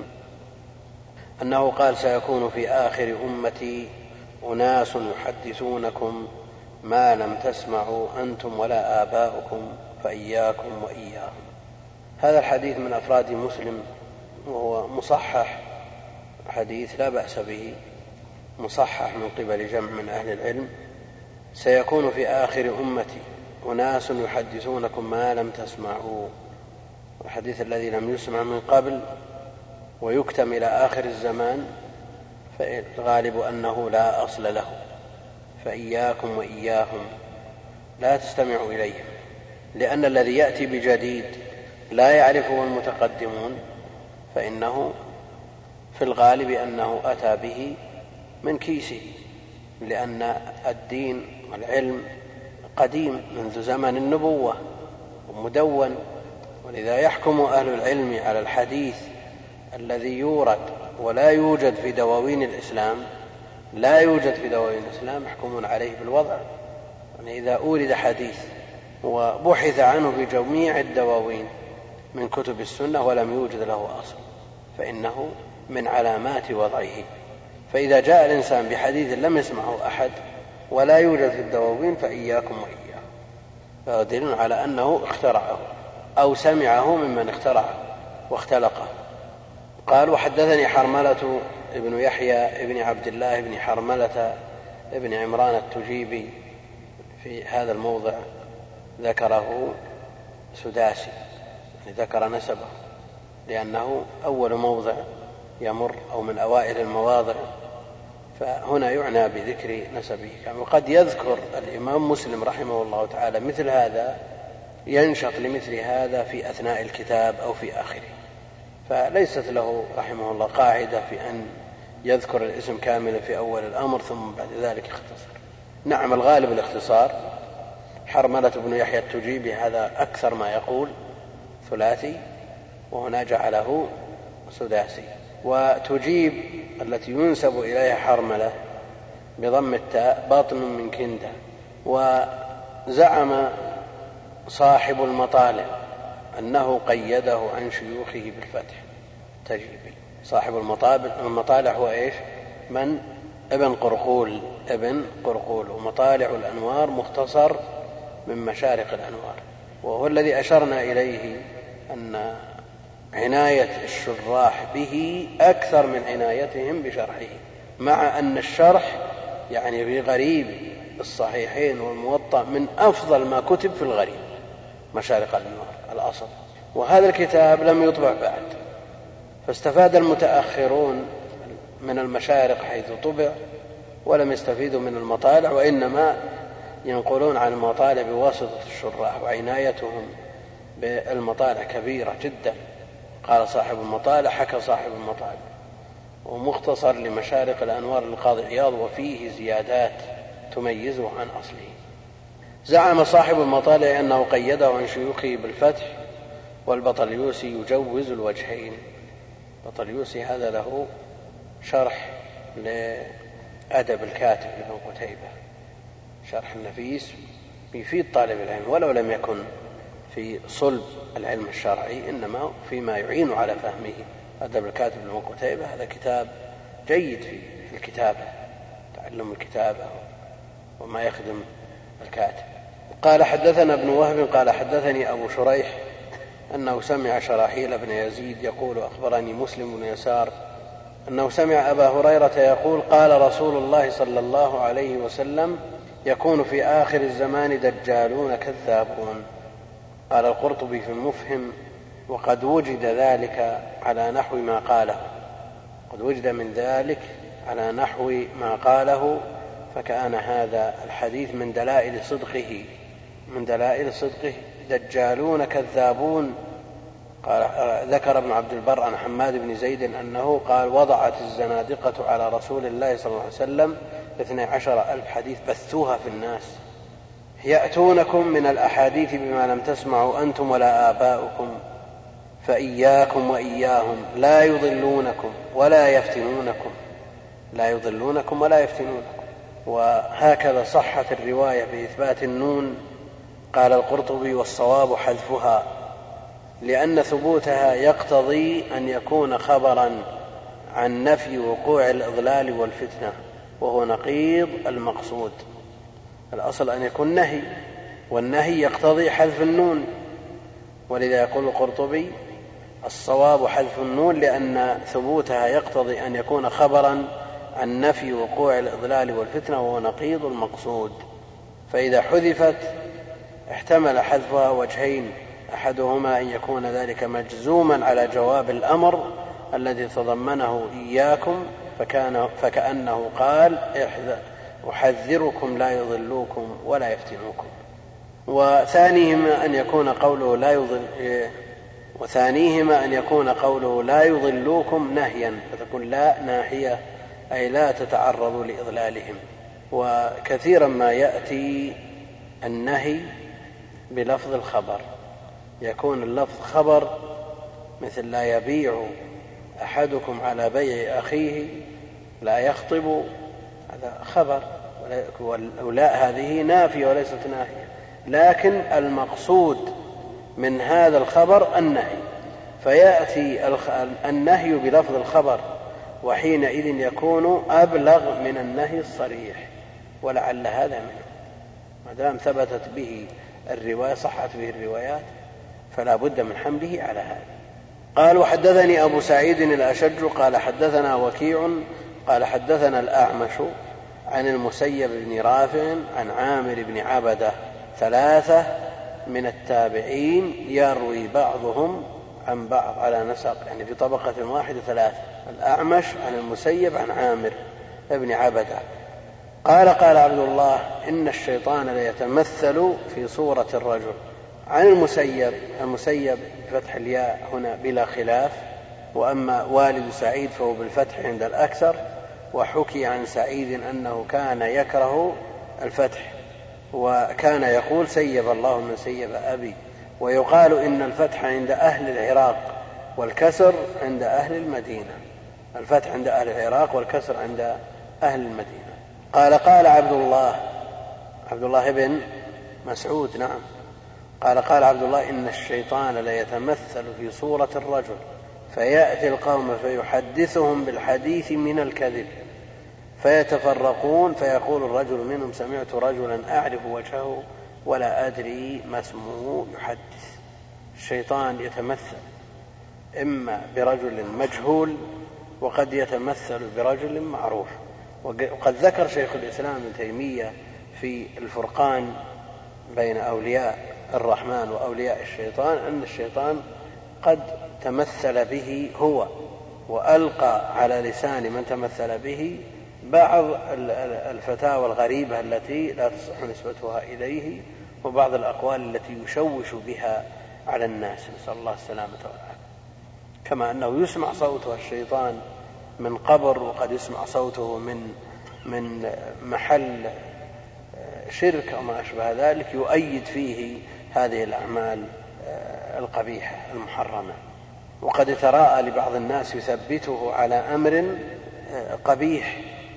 أنه قال: سيكون في آخر أمتي أناس يحدثونكم ما لم تسمعوا أنتم ولا آباؤكم فإياكم وإياهم. هذا الحديث من أفراد مسلم، وهو مصحح، حديث لا بأس به، مصحح من قبل جمع من أهل العلم. سيكون في آخر أمتي أناس يحدثونكم ما لم تسمعوا، الحديث الذي لم يسمع من قبل ويكتم إلى آخر الزمان فالغالب أنه لا أصل له، فإياكم وإياهم، لا تستمعوا إليهم، لأن الذي يأتي بجديد لا يعرفه المتقدمون فإنه في الغالب أنه أتى به من كيسه، لأن الدين والعلم قديم منذ زمن النبوة ومدون، ولذا يحكم أهل العلم على الحديث الذي يورد ولا يوجد في دواوين الإسلام لا يوجد في دواوين الإسلام يحكمون عليه بالوضع. يعني إذا أورد حديث وبحث عنه في جميع الدواوين من كتب السنة ولم يوجد له أصل فإنه من علامات وضعه. فإذا جاء الإنسان بحديث لم يسمعه أحد ولا يوجد في الدواوين فإياكم وإياه، فدليل على أنه اخترعه أو سمعه ممن اخترعه واختلقه. قال: وحدثني حرملة ابن يحيى ابن عبد الله ابن حرملة ابن عمران التجيبي. في هذا الموضع ذكره سداسي، يعني ذكر نسبه لأنه أول موضع يمر أو من أوائل المواضع، فهنا يعنى بذكر نسبه. وقد يذكر الإمام مسلم رحمه الله تعالى مثل هذا، ينشط لمثل هذا في أثناء الكتاب أو في آخره، فليست له رحمه الله قاعدة في أن يذكر الاسم كاملا في أول الأمر ثم بعد ذلك يختصر. نعم، الغالب الاختصار. حرملة بن يحيى التجيبي هذا أكثر ما يقول ثلاثي، وهنا جعله سداسي. وتجيب التي ينسب إليها حرملة بضم التاء بطن من كندة. وزعم صاحب المطالع أنه قيده عن شيوخه بالفتح. تجيبي صاحب المطالع هو إيش؟ من؟ ابن قرقول ابن قرقول ومطالع الأنوار مختصر من مشارق الأنوار، وهو الذي أشرنا إليه أن عناية الشراح به أكثر من عنايتهم بشرحه، مع أن الشرح يعني في غريب الصحيحين والموطأ من أفضل ما كتب في الغريب مشارق الأنوار الأصل. وهذا الكتاب لم يطبع بعد، فاستفاد المتأخرون من المشارق حيث طبع ولم يستفيدوا من المطالع، وإنما ينقلون عن المطالع بواسطة الشراح، وعنايتهم بالمطالع كبيرة جدا. قال صاحب المطالع، حكى صاحب المطالع، ومختصر لمشارق الأنوار للقاضي عياض، وفيه زيادات تميزه عن أصله. زعم صاحب المطالع أنه قيده عن شيوخه بالفتح، والبطليوسي يجوز الوجهين. بطليوسي هذا له شرح لأدب الكاتب لابن قتيبة، شرح النفيس يفيد طالب العلم ولو لم يكن في صلب العلم الشرعي، إنما فيما يعين على فهمه. أدب الكاتب لابن قتيبة هذا كتاب جيد في الكتابة، تعلم الكتابة وما يخدم الكاتب. قال: حدثنا ابن وهب قال حدثني أبو شريح أنه سمع شراحيل بن يزيد يقول: أخبرني مسلم بن يسار أنه سمع أبا هريرة يقول: قال رسول الله صلى الله عليه وسلم: يكون في آخر الزمان دجالون كذابون. قال القرطبي في المفهم: وقد وجد ذلك على نحو ما قاله، قد وجد من ذلك على نحو ما قاله، فكأن هذا الحديث من دلائل صدقه من دلائل صدقه دجالون كذابون. قال ذكر ابن عبد البر عن حماد بن زيد أنه قال: وضعت الزنادقة على رسول الله صلى الله عليه وسلم اثني عشر ألف حديث بثوها في الناس، يأتونكم من الأحاديث بما لم تسمعوا أنتم ولا آباؤكم، فإياكم وإياهم لا يضلونكم ولا يفتنونكم لا يضلونكم ولا يفتنونكم. وهكذا صحت الرواية بإثبات النون. قال القرطبي: والصواب حذفها، لأن ثبوتها يقتضي أن يكون خبرا عن نفي وقوع الإضلال والفتنة، وهو نقيض المقصود. الأصل أن يكون نهي، والنهي يقتضي حذف النون، ولذا يقول القرطبي: الصواب حذف النون لأن ثبوتها يقتضي أن يكون خبرا عن نفي وقوع الإضلال والفتنة، وهو نقيض المقصود. فإذا حذفت احتمل حذفها وجهين: أحدهما أن يكون ذلك مجزوما على جواب الأمر الذي تضمنه إياكم، فكان فكأنه قال: أحذركم لا يضلوكم ولا يفتنوكم. وثانيهما أن يكون قوله لا يضل وثانيهما أن يكون قوله لا يضلوكم نهيا، فتكون لا ناحية، أي لا تتعرضوا لإضلالهم. وكثيرا ما يأتي النهي بلفظ الخبر، يكون اللفظ خبر مثل لا يبيع أحدكم على بيع أخيه لا يخطب، هذا خبر، ولا هذه نافية وليست ناهية، لكن المقصود من هذا الخبر النهي، فيأتي النهي بلفظ الخبر، وحينئذ يكون أبلغ من النهي الصريح، ولعل هذا منه، ما دام ثبتت به الرواية صحت به الروايات فلا بد من حمله على هذا. قال وحدثني أبو سعيد الأشج قال حدثنا وكيع قال حدثنا الأعمش عن المسيب بن رافع عن عامر بن عبدة، ثلاثة من التابعين يروي بعضهم عن بعض على نسق، يعني في طبقة واحدة ثلاثة، الأعمش عن المسيب عن عامر بن عبدة. قال قال عبد الله إن الشيطان ليتمثل في صورة الرجل. عن المسيب، المسيب بفتح الياء هنا بلا خلاف، وأما والد سعيد فهو بالفتح عند الأكثر، وحكي عن سعيد أنه كان يكره الفتح وكان يقول سيب الله من سيب أبي، ويقال إن الفتح عند أهل العراق والكسر عند أهل المدينة، الفتح عند أهل العراق والكسر عند أهل المدينة. قال قال عبد الله، عبد الله بن مسعود نعم، قال قال عبد الله إن الشيطان ليتمثل في صورة الرجل فيأتي القوم فيحدثهم بالحديث من الكذب فيتفرقون فيقول الرجل منهم سمعت رجلا أعرف وجهه ولا أدري ما اسمه يحدث. الشيطان يتمثل إما برجل مجهول وقد يتمثل برجل معروف. وقد ذكر شيخ الإسلام ابن تيمية في الفرقان بين أولياء الرحمن وأولياء الشيطان أن الشيطان قد تمثل به هو وألقى على لسان من تمثل به بعض الفتاوى الغريبة التي لا تصح نسبتها إليه وبعض الأقوال التي يشوش بها على الناس، نسأل الله السلامة والعافية. كما أنه يسمع صوته الشيطان من قبر، وقد يسمع صوته من من محل شرك أو ما أشبه ذلك يؤيد فيه هذه الأعمال القبيحة المحرمة. وقد يتراءى لبعض الناس يثبته على أمر قبيح.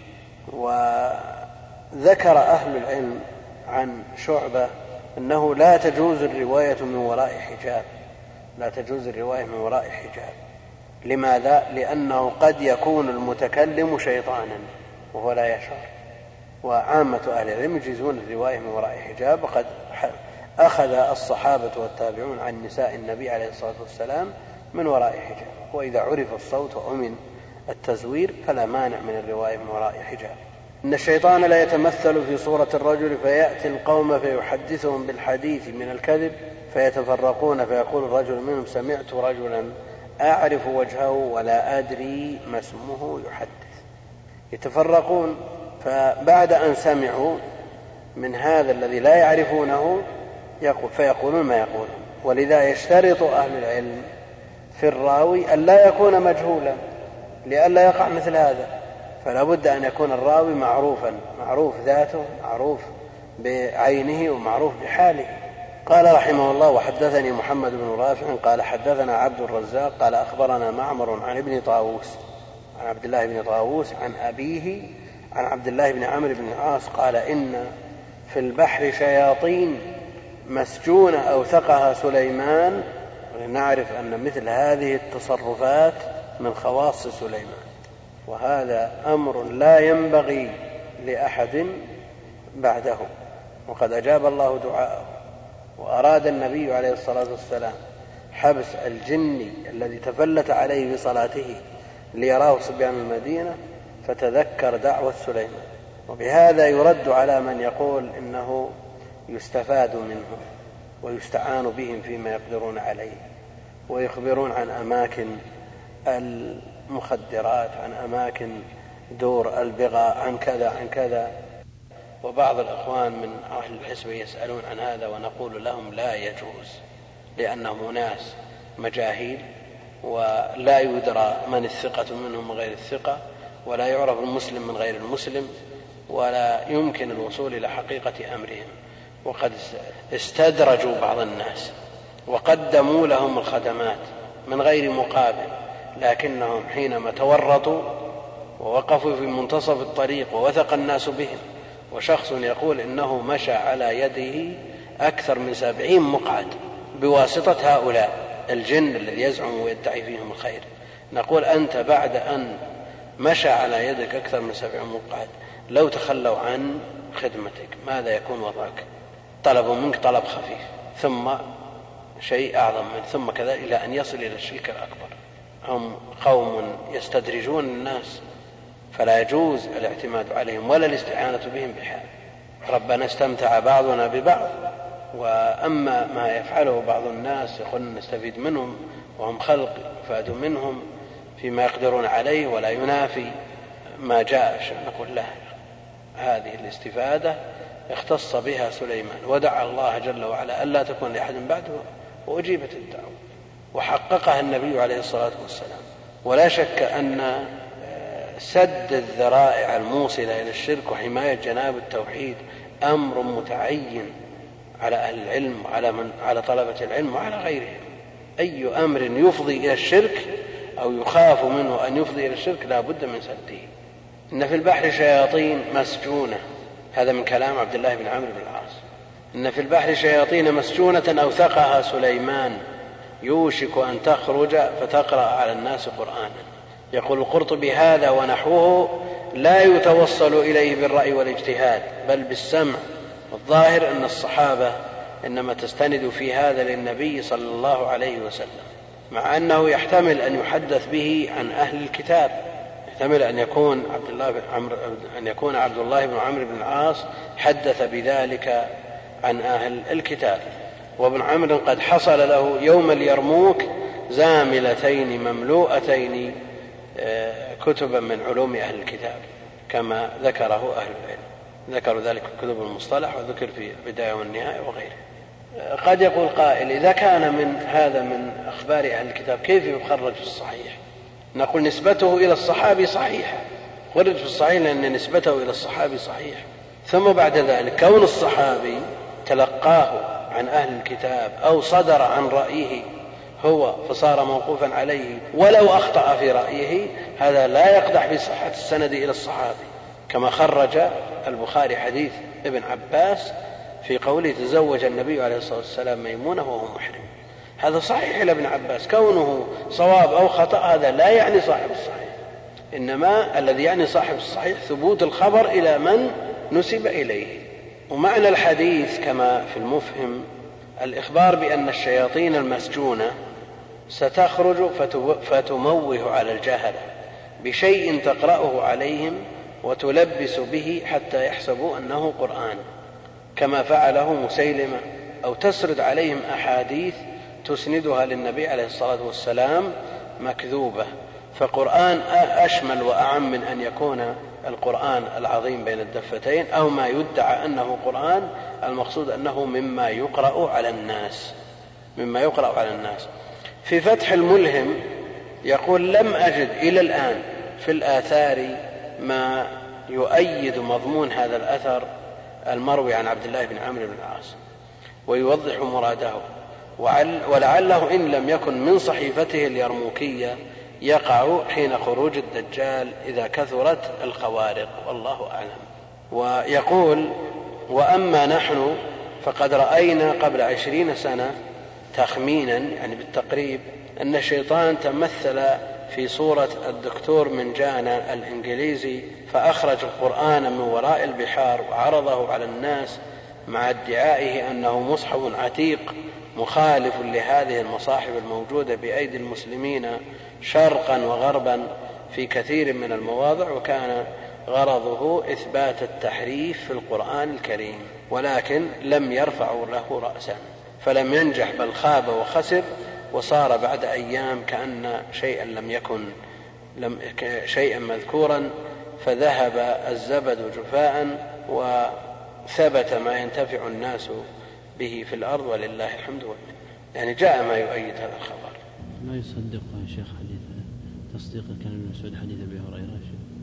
وذكر أهل العلم عن شعبة أنه لا تجوز الرواية من وراء حجاب، لا تجوز الرواية من وراء حجاب. لماذا؟ لأنه قد يكون المتكلم شيطانا وهو لا يشعر، وعامة أهل العلم يجيزون الرواية من وراء حجاب. وقد أخذ الصحابة والتابعون عن نساء النبي عليه الصلاة والسلام من وراء حجاب، وإذا عرف الصوت وأمن التزوير فلا مانع من الرواية من وراء حجاب. إن الشيطان لا يتمثل في صورة الرجل فيأتي القوم فيحدثهم بالحديث من الكذب فيتفرقون فيقول الرجل منهم سمعت رجلا أعرف وجهه ولا أدري ما اسمه يحدث. يتفرقون، فبعد أن سمعوا من هذا الذي لا يعرفونه يقول فيقولون ما يقولون. ولذا يشترط أهل العلم في الراوي أن لا يكون مجهولا لئلا يقع مثل هذا، فلا بد أن يكون الراوي معروفا، معروف ذاته، معروف بعينه ومعروف بحاله. قال رحمه الله وحدثني محمد بن رافع قال حدثنا عبد الرزاق قال أخبرنا معمر عن ابن طاووس عن عبد الله بن طاووس عن أبيه عن عبد الله بن عمرو بن العاص قال إن في البحر شياطين مسجونة أوثقها سليمان. ونعرف أن مثل هذه التصرفات من خواص سليمان، وهذا أمر لا ينبغي لأحد بعده، وقد أجاب الله دعاءه. وأراد النبي عليه الصلاة والسلام حبس الجن الذي تفلت عليه بصلاته ليراه صبيان المدينة فتذكر دعوة سليمان. وبهذا يرد على من يقول إنه يستفاد منهم ويستعان بهم فيما يقدرون عليه، ويخبرون عن أماكن المخدرات، عن أماكن دور البغاء، عن كذا عن كذا. وبعض الأخوان من أهل الحسبة يسألون عن هذا ونقول لهم لا يجوز، لأنهم ناس مجاهيل ولا يدرى من الثقة منهم من غير الثقة، ولا يعرف المسلم من غير المسلم، ولا يمكن الوصول إلى حقيقة أمرهم. وقد استدرجوا بعض الناس وقدموا لهم الخدمات من غير مقابل، لكنهم حينما تورطوا ووقفوا في منتصف الطريق ووثق الناس بهم، وشخص يقول إنه مشى على يده أكثر من سبعين مقعد بواسطة هؤلاء الجن الذي يزعم ويدعي فيهم الخير، نقول أنت بعد أن مشى على يدك أكثر من سبعين مقعد لو تخلوا عن خدمتك ماذا يكون وضعك؟ طلبوا منك طلب خفيف ثم شيء أعظم من ثم كذا إلى أن يصل إلى الشرك الأكبر. هم قوم يستدرجون الناس فلا يجوز الاعتماد عليهم ولا الاستعانة بهم بحال. ربنا استمتع بعضنا ببعض، وأما ما يفعله بعض الناس يقولون نستفيد منهم وهم خلق يفادوا منهم فيما يقدرون عليه ولا ينافي ما جاء، نقول له هذه الاستفادة اختص بها سليمان ودعا الله جل وعلا ألا تكون لأحد بعده وأجيبت الدعوة وحققها النبي عليه الصلاة والسلام. ولا شك أن سد الذرائع الموصلة إلى الشرك وحماية جناب التوحيد أمر متعين على أهل العلم وعلى من على طلبة العلم وعلى غيرهم. أي أمر يفضي إلى الشرك أو يخاف منه أن يفضي إلى الشرك لا بد من سده. إن في البحر شياطين مسجونة، هذا من كلام عبد الله بن عمرو بن العاص، إن في البحر شياطين مسجونة أوثقها سليمان يوشك أن تخرج فتقرأ على الناس قرآنا. يقول القرطبي هذا ونحوه لا يتوصل إليه بالرأي والاجتهاد بل بالسمع، والظاهر أن الصحابة إنما تستند في هذا للنبي صلى الله عليه وسلم، مع أنه يحتمل أن يحدث به عن أهل الكتاب، يحتمل أن يكون عبد الله بن عمرو أن يكون عبد الله بن عمرو بن العاص حدث بذلك عن أهل الكتاب. وابن عمرو قد حصل له يوم اليرموك زاملتين مملوءتين كتبا من علوم أهل الكتاب كما ذكره أهل العلم، ذكروا ذلك في كتب المصطلح وذكر في البداية والنهاية وغيره. قد يقول قائل إذا كان من هذا من أخبار أهل الكتاب كيف يخرج في الصحيح؟ نقول نسبته إلى الصحابي صحيحة، خرج في الصحيح لأن نسبته إلى الصحابي صحيح. ثم بعد ذلك كون الصحابي تلقاه عن أهل الكتاب أو صدر عن رأيه هو فصار موقوفا عليه ولو أخطأ في رأيه، هذا لا يقدح في صحة السند إلى الصحابي، كما خرج البخاري حديث ابن عباس في قوله تزوج النبي عليه الصلاة والسلام ميمونة وهو محرم. هذا صحيح إلى ابن عباس، كونه صواب أو خطأ هذا لا يعني صاحب الصحيح، إنما الذي يعني صاحب الصحيح ثبوت الخبر إلى من نسب إليه. ومعنى الحديث كما في المفهم الإخبار بأن الشياطين المسجونة ستخرج فتموه على الجهل بشيء تقرأه عليهم وتلبس به حتى يحسبوا أنه قرآن كما فعله مسيلمة، أو تسرد عليهم أحاديث تسندها للنبي عليه الصلاة والسلام مكذوبة. فقرآن أشمل وأعم من أن يكون القرآن العظيم بين الدفتين أو ما يدعى أنه قرآن، المقصود أنه مما يقرأ على الناس مما يقرأ على الناس. في فتح الملهم يقول لم أجد إلى الآن في الآثار ما يؤيد مضمون هذا الأثر المروي عن عبد الله بن عمرو بن العاص ويوضح مراده، ولعله إن لم يكن من صحيفته اليرموكية يقع حين خروج الدجال إذا كثرت الخوارق، والله أعلم. ويقول وأما نحن فقد رأينا قبل عشرين سنة تخمينا يعني بالتقريب أن الشيطان تمثل في صورة الدكتور من جانا الإنجليزي فأخرج القرآن من وراء البحار وعرضه على الناس مع ادعائه أنه مصحف عتيق مخالف لهذه المصاحف الموجودة بأيدي المسلمين شرقا وغربا في كثير من المواضع، وكان غرضه إثبات التحريف في القرآن الكريم، ولكن لم يرفعوا له رأسا فلم ينجح بل خاب وخسر، وصار بعد أيام كأن شيئا لم يكن لم شيئا مذكورا، فذهب الزبد جفاء وثبت ما ينتفع الناس به في الأرض ولله الحمد والمنة. يعني جاء ما يؤيد هذا الخبر. ما يصدقه يا شيخ حديث تصديق كان ابن مسعود حديث أبي هريرة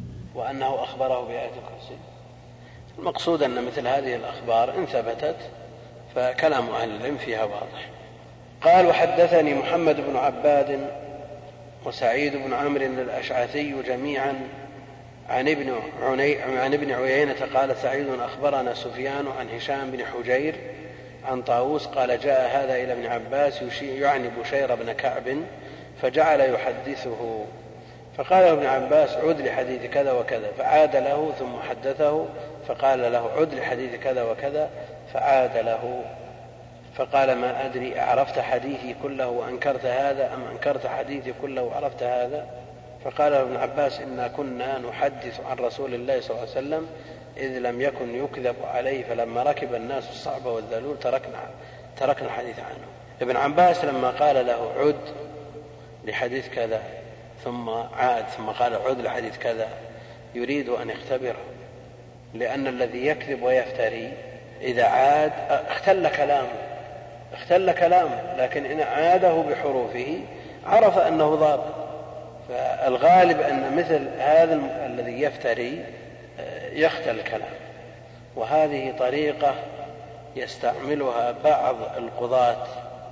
وأنه أخبره بآية الكرسي. المقصود أن مثل هذه الأخبار إن ثبتت فكلام أهل العلم فيها واضح. قال: وحدثني محمد بن عباد وسعيد بن عمرو الأشعثي جميعا عن ابن, عني... عن ابن عيينة قال: سعيد أخبرنا سفيان عن هشام بن حجير عن طاووس قال: جاء هذا إلى ابن عباس يعني بشير بن كعب فجعل يحدثه، فقال ابن عباس: عد لحديث كذا وكذا، فعاد له ثم حدثه، فقال له: عد لحديث كذا وكذا، فعاد له، فقال: ما أدري أعرفت حديثي كله وأنكرت هذا أم أنكرت حديثي كله وعرفت هذا؟ فقال ابن عباس: إنا كنا نحدث عن رسول الله صلى الله عليه وسلم إذ لم يكن يكذب عليه، فلما ركب الناس الصعب والذلول تركنا, تركنا الحديث عنه. ابن عباس لما قال له: عد لحديث كذا، ثم عاد ثم قال: عد لحديث كذا، يريد أن يختبره، لأن الذي يكذب ويفتري إذا عاد اختل كلامه اختل كلامه لكن إن عاده بحروفه عرف أنه ضابط. فالغالب أن مثل هذا الذي يفتري يختل الكلام، وهذه طريقة يستعملها بعض القضاة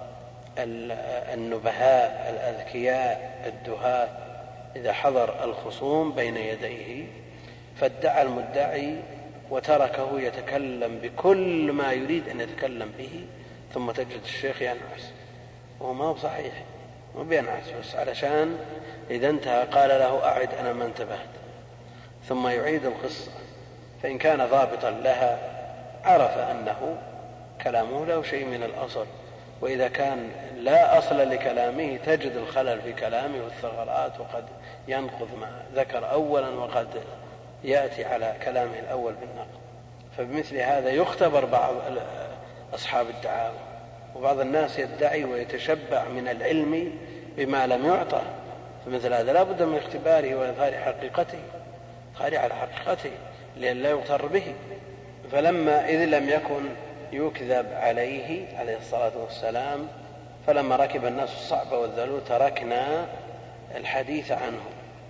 النبهاء الأذكياء الدهاة إذا حضر الخصوم بين يديه فادعى المدعي وتركه يتكلم بكل ما يريد أن يتكلم به، ثم تجد الشيخ ينعس، وهو ما هو صحيح، ما بينعس، بس علشان إذا انتهى قال له: أعد أنا ما انتبهت، ثم يعيد القصة، فإن كان ضابطا لها عرف أنه كلامه له شيء من الأصل، وإذا كان لا أصل لكلامه تجد الخلل في كلامه والثغرات، وقد ينقض ما ذكر أولا وقد يأتي على كلامه الأول بالنقض. فبمثل هذا يختبر بعض أصحاب الدعاوى، وبعض الناس يدعي ويتشبع من العلم بما لم يعطى، فمثل هذا لا بد من اختباره وإظهار حقيقته، إظهار على حقيقته لئلا يغتر به. فلما إذ لم يكن يكذب عليه عليه الصلاة والسلام، فلما ركب الناس الصعب والذلول تركنا الحديث عنه.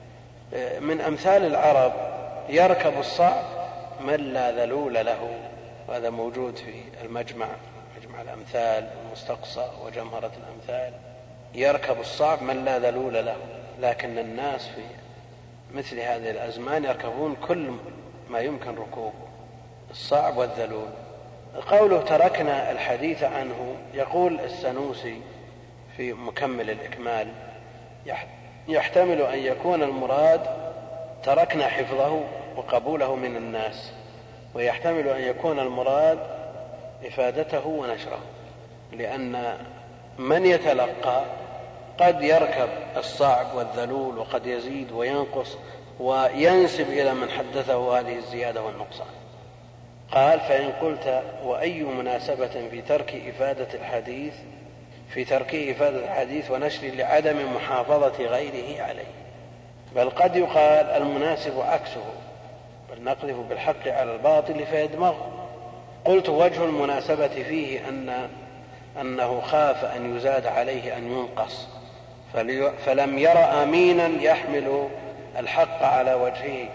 من أمثال العرب يركب الصعب من لا ذلول له، وهذا موجود في المجمع، مجمع الأمثال المستقصى وجمهرة الأمثال. يركب الصعب من لا ذلول له، لكن الناس في مثل هذه الأزمان يركبون كل ما يمكن ركوبه، الصعب والذلول. قوله تركنا الحديث عنه، يقول السنوسي في مكمل الإكمال: يحتمل أن يكون المراد تركنا حفظه وقبوله من الناس، ويحتمل أن يكون المراد إفادته ونشره، لأن من يتلقى قد يركب الصعب والذلول، وقد يزيد وينقص وينسب إلى من حدثه هذه الزيادة والنقصان. قال: فإن قلت: وأي مناسبة في ترك إفادة الحديث في ترك إفادة الحديث ونشر لعدم محافظة غيره عليه؟ بل قد يقال المناسب عكسه، بل نقذف بالحق على الباطل فيدمغه. قلت: وجه المناسبة فيه أن أنه خاف أن يزاد عليه أن ينقص، فلم ير أمينا يحمل الحق على وجهه،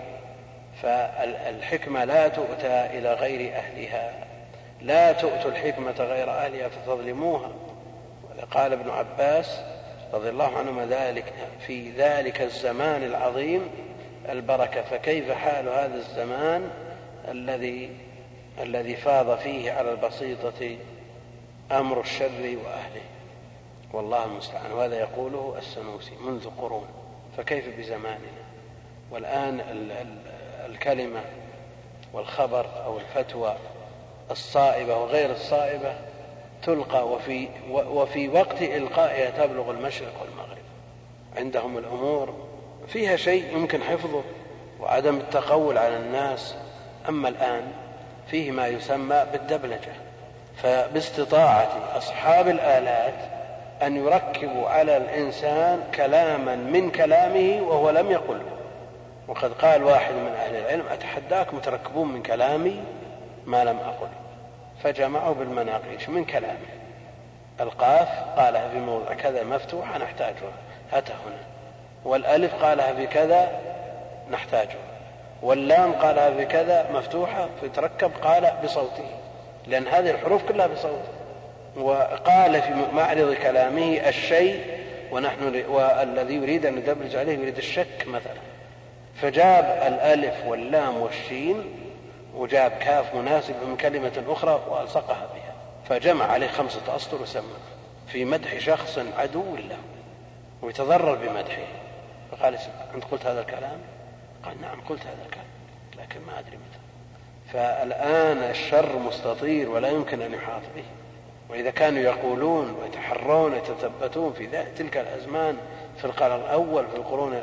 فالحكمة لا تؤتى إلى غير أهلها، لا تؤتوا الحكمة غير أهلها فتظلموها. قال ابن عباس رضي الله عنهما: ذلك في ذلك الزمان العظيم البركة، فكيف حال هذا الزمان الذي الذي فاض فيه على البسيطة أمر الشر وأهله، والله المستعان. وهذا يقوله السنوسي منذ قرون، فكيف بزماننا؟ والآن الكلمة والخبر أو الفتوى الصائبة وغير الصائبة تلقى، وفي, وفي وقت إلقائها تبلغ المشرق والمغرب. عندهم الأمور فيها شيء يمكن حفظه وعدم التقول على الناس، أما الآن فيه ما يسمى بالدبلجة. فباستطاعة أصحاب الآلات أن يركبوا على الإنسان كلاما من كلامه وهو لم يقله. وقد قال واحد من أهل العلم: أتحداكم تركبون من كلامي ما لم أقل، فجمعوا بالمناقيش من كلامه. القاف قالها في موضع كذا مفتوحة نحتاجها، هاتها هنا، والألف قالها بكذا نحتاجها، واللام قالها بكذا مفتوحة فتركب قال بصوته، لأن هذه الحروف كلها بصوت. وقال في معرض كلامه الشيء، ونحن والذي يريد أن ندبرج عليه يريد الشك مثلا، فجاب الألف واللام والشين وجاب كاف مناسب من كلمة أخرى وألصقها بها، فجمع عليه خمسة أسطر وسمى في مدح شخص عدو له ويتضرر بمدحه. فقال أنت قلت هذا الكلام؟ قال نعم قلت هذا الكلام لكن ما أدري متى. فالآن الشر مستطير ولا يمكن أن يحاط به. وإذا كانوا يقولون ويتحرون ويتثبتون في تلك الأزمان في القرن الأول في القرون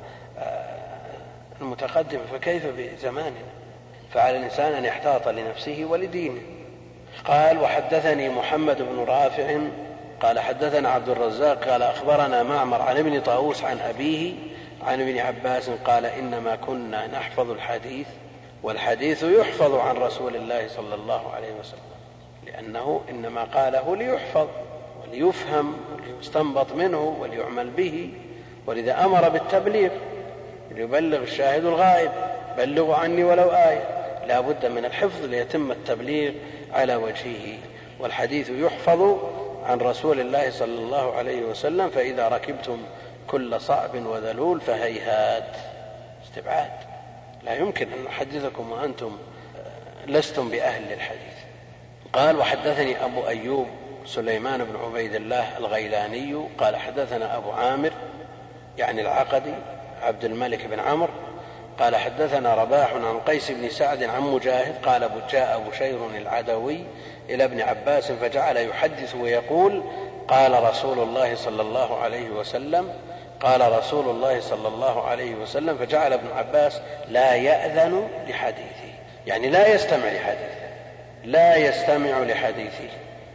المتقدمة، فكيف بزماننا؟ فعلى الإنسان أن يحتاط لنفسه ولدينه. قال وحدثني محمد بن رافع قال حدثنا عبد الرزاق قال أخبرنا معمر عن ابن طاووس عن أبيه عن ابن عباس قال إنما كنا نحفظ الحديث والحديث يحفظ عن رسول الله صلى الله عليه وسلم، لأنه إنما قاله ليحفظ وليفهم وليستنبط منه وليعمل به، ولذا أمر بالتبليغ ليبلغ الشاهد الغائب بلغوا عني ولو آية. لا بد من الحفظ ليتم التبليغ على وجهه. والحديث يحفظ عن رسول الله صلى الله عليه وسلم، فإذا ركبتم كل صعب وذلول فهيهات استبعاد، لا يمكن أن نحدثكم وأنتم لستم بأهل الحديث. قال وحدثني أبو أيوب سليمان بن عبيد الله الغيلاني قال حدثنا أبو عامر يعني العقدي عبد الملك بن عمرو قال حدثنا رباح عن قيس بن سعد عن مجاهد قال جاء بشير العدوي إلى ابن عباس فجعل يحدث ويقول قال رسول الله صلى الله عليه وسلم قال رسول الله صلى الله عليه وسلم، فجعل ابن عباس لا يأذن لحديثه، يعني لا يستمع لحديثه لا يستمع لحديثه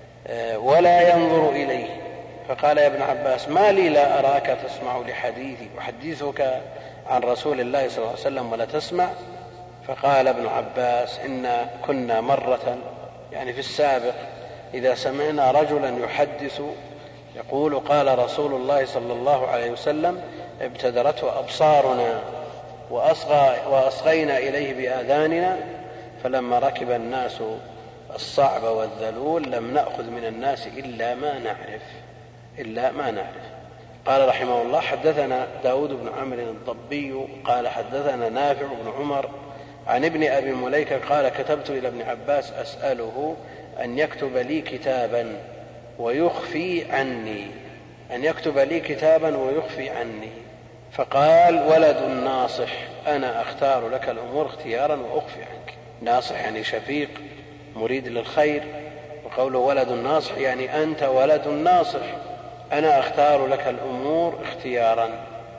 ولا ينظر إليه. فقال يا ابن عباس ما لي لا أراك تسمع لحديثي أحدثك عن رسول الله صلى الله عليه وسلم ولا تسمع؟ فقال ابن عباس إن كنا مرة يعني في السابق إذا سمعنا رجلا يحدث يقول قال رسول الله صلى الله عليه وسلم ابتدرته أبصارنا وأصغى وأصغينا إليه بآذاننا، فلما ركب الناس الصعب والذلول لم نأخذ من الناس إلا ما نعرف إلا ما نعرف. قال رحمه الله حدثنا داود بن عمرو الضبي قال حدثنا نافع بن عمر عن ابن أبي مليكة قال كتبت إلى ابن عباس أسأله أن يكتب لي كتابا ويخفي عني أن يكتب لي كتابا ويخفي عني فقال ولد ناصح أنا أختار لك الأمور اختيارا وأخفي عنك. ناصح يعني شفيق مريد للخير، وقوله ولد ناصح يعني أنت ولد ناصح أنا أختار لك الأمور اختيارا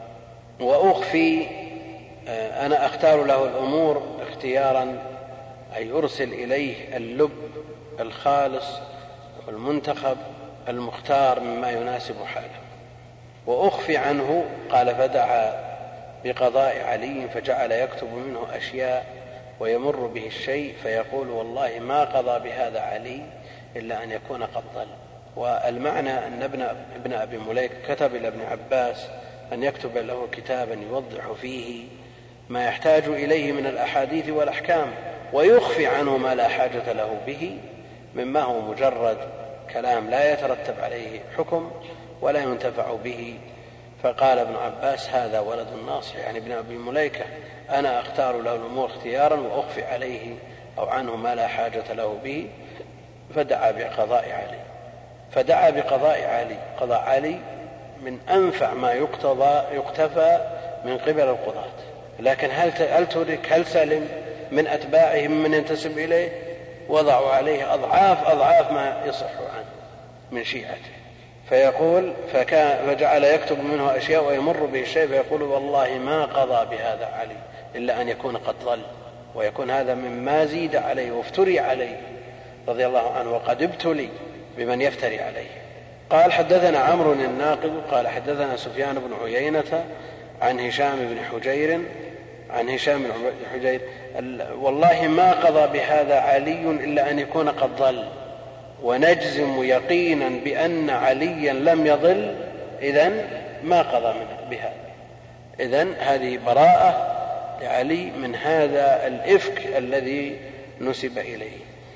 وأخفي أنا أختار له الأمور اختيارا أي أرسل إليه اللب الخالص والمنتخب المختار مما يناسب حاله. وأخفي عنه قال فدعا بقضاء علي فجعل يكتب منه أشياء ويمر به الشيء فيقول والله ما قضى بهذا علي إلا أن يكون قد ضل. والمعنى أن ابن, ابن أبي مليك كتب إلى ابن عباس أن يكتب له كتابا يوضح فيه ما يحتاج إليه من الأحاديث والأحكام ويخفي عنه ما لا حاجة له به مما هو مجرد كلام لا يترتب عليه حكم ولا ينتفع به. فقال ابن عباس هذا ولد الناصح يعني ابن أبي مليكة أنا أختار له الأمور اختيارا وأخفي عليه أو عنه ما لا حاجة له به. فدعا بقضاء علي فدعا بقضاء علي قضاء علي من أنفع ما يقتضى يقتفى من قبل القضاة، لكن هل هل تدرك هل سلم من أتباعه من ينتسب إليه؟ وضعوا عليه أضعاف أضعاف ما يصح عنه من شيعته. فيقول فكان فجعل يكتب منه أشياء ويمر به الشيء فيقول والله ما قضى بهذا علي إلا أن يكون قد ضل، ويكون هذا مما زيد عليه وافتري عليه رضي الله عنه وقد ابتلي بمن يفتري عليه. قال حدثنا عمرو الناقد قال حدثنا سفيان بن عيينة عن هشام بن حجير عن هشام بن حجير والله ما قضى بهذا علي إلا أن يكون قد ضل ونجزم يقينا بأن عليا لم يضل إذن ما قضى بهذا. إذن هذه براءة لعلي من هذا الإفك الذي نسب إليه.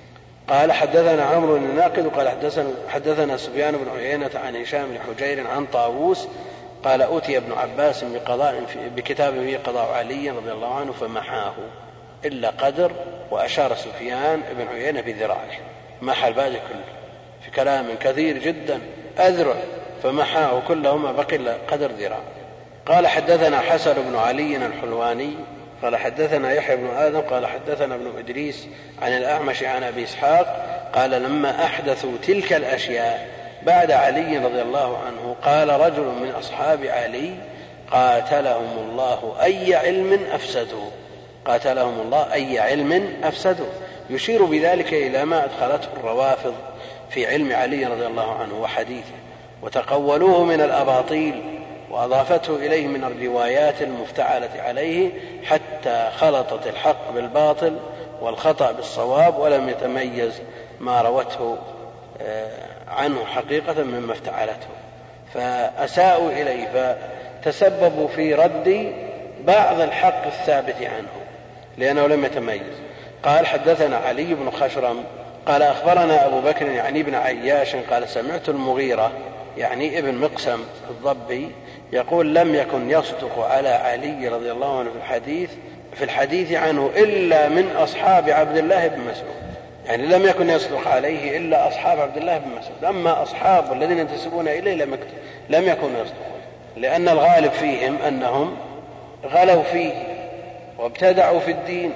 قال حدثنا عمرو بن ناقد قال حدثنا, حدثنا سفيان بن عيينة عن هشام بن حجير عن طاووس قال أوتي ابن عباس بقضاء بكتاب فيه قضاء علي رضي الله عنه فمحاه إلا قدر، وأشار سفيان بن عيينة بذراعه، محى الباقي كله في كلام كثير جدا أذرع، فمحاه كله ما بقي إلا قدر ذراع. قال حدثنا حسن بن علي الحلواني قال حدثنا يحيى بن آدم قال حدثنا ابن إدريس عن الأعمش عن أبي إسحاق قال لما أحدثوا تلك الأشياء بعد علي رضي الله عنه قال رجل من أصحاب علي قاتلهم الله أي علم أفسدوا، قاتلهم الله أي علم أفسدوا، يشير بذلك إلى ما أدخلته الروافض في علم علي رضي الله عنه وحديثه، وتقولوه من الأباطيل وأضافته إليه من الروايات المفتعلة عليه حتى خلطت الحق بالباطل والخطأ بالصواب، ولم يتميز ما روته عنه حقيقة مما افتعلته، فأساءوا إليه فتسببوا في رد بعض الحق الثابت عنه لأنه لم يتميز. قال حدثنا علي بن خشرم قال أخبرنا أبو بكر يعني ابن عياش قال سمعت المغيرة يعني ابن مقسم الضبي يقول لم يكن يصدق على علي رضي الله عنه في الحديث في الحديث عنه إلا من أصحاب عبد الله بن مسعود، يعني لم يكن يصدق عليه إلا أصحاب عبد الله بن مسعود، أما أصحاب الذين ينتسبون إليه لم يكونوا يصدقون، لأن الغالب فيهم أنهم غلوا فيه وابتدعوا في الدين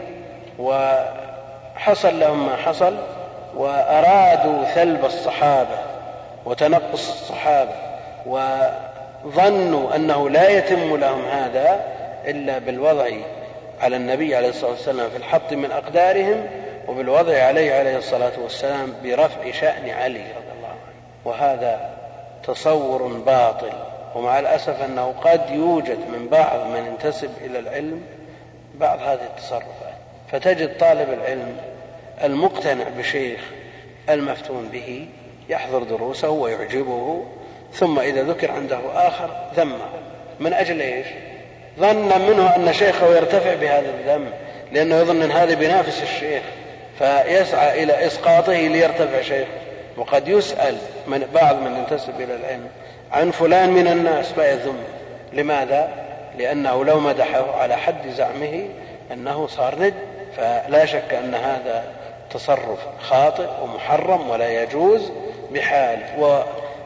وحصل لهم ما حصل، وأرادوا ثلب الصحابة وتنقص الصحابة، وظنوا أنه لا يتم لهم هذا إلا بالوضع على النبي عليه الصلاة والسلام في الحط من أقدارهم، وبالوضع عليه عليه الصلاة والسلام برفع شأن علي رضي الله عنه، وهذا تصور باطل. ومع الأسف أنه قد يوجد من بعض من ينتسب إلى العلم بعض هذه التصرفات، فتجد طالب العلم المقتنع بشيخ المفتون به يحضر دروسه ويعجبه، ثم إذا ذكر عنده آخر ذمه من أجل إيش؟ ظن منه أن شيخه يرتفع بهذا الذم، لأنه يظن أن هذا بينافس الشيخ فيسعى إلى إسقاطه ليرتفع شيخه. وقد يسأل من بعض من ينتسب إلى العلم عن فلان من الناس فيذم، لماذا؟ لأنه لو مدحه على حد زعمه أنه صار ند، فلا شك أن هذا تصرف خاطئ ومحرم ولا يجوز بحال، و...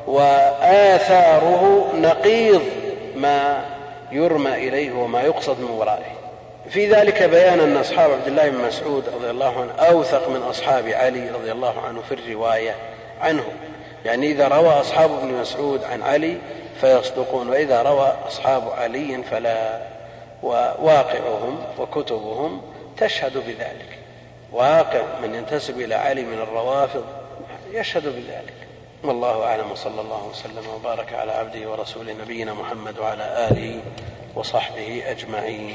وآثاره نقيض ما يرمى إليه وما يقصد من ورائه. في ذلك بيان أن أصحاب عبد الله بن مسعود رضي الله عنه أوثق من أصحاب علي رضي الله عنه في الرواية عنه، يعني إذا روى أصحاب ابن مسعود عن علي فيصدقون، وإذا روى أصحاب علي فلا، وواقعهم وكتبهم تشهد بذلك، واقع من ينتسب إلى علي من الروافض يشهد بذلك. والله أعلم، وصلى الله وسلم وبارك على عبده ورسوله نبينا محمد وعلى آله وصحبه أجمعين.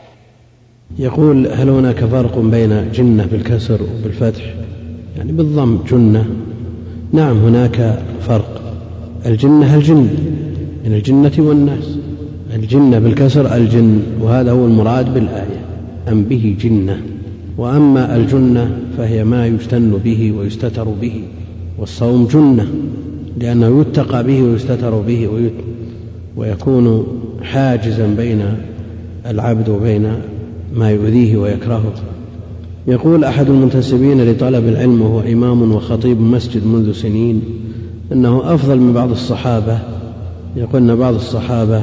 يقول هل هناك فرق بين جنة بالكسر وبالفتح يعني بالضم جنة؟ نعم هناك فرق. الجنة الجن من الجنة والناس، الجنة بالكسر الجن، وهذا هو المراد بالآية أم به جنة. وأما الجنة فهي ما يجتن به ويستتر به، والصوم جنة لأنه يتقى به ويستتر به ويكون حاجزا بين العبد وبين ما يؤذيه ويكرهه. يقول أحد المنتسبين لطلب العلم وهو إمام وخطيب مسجد منذ سنين أنه أفضل من بعض الصحابة، يقول أن بعض الصحابة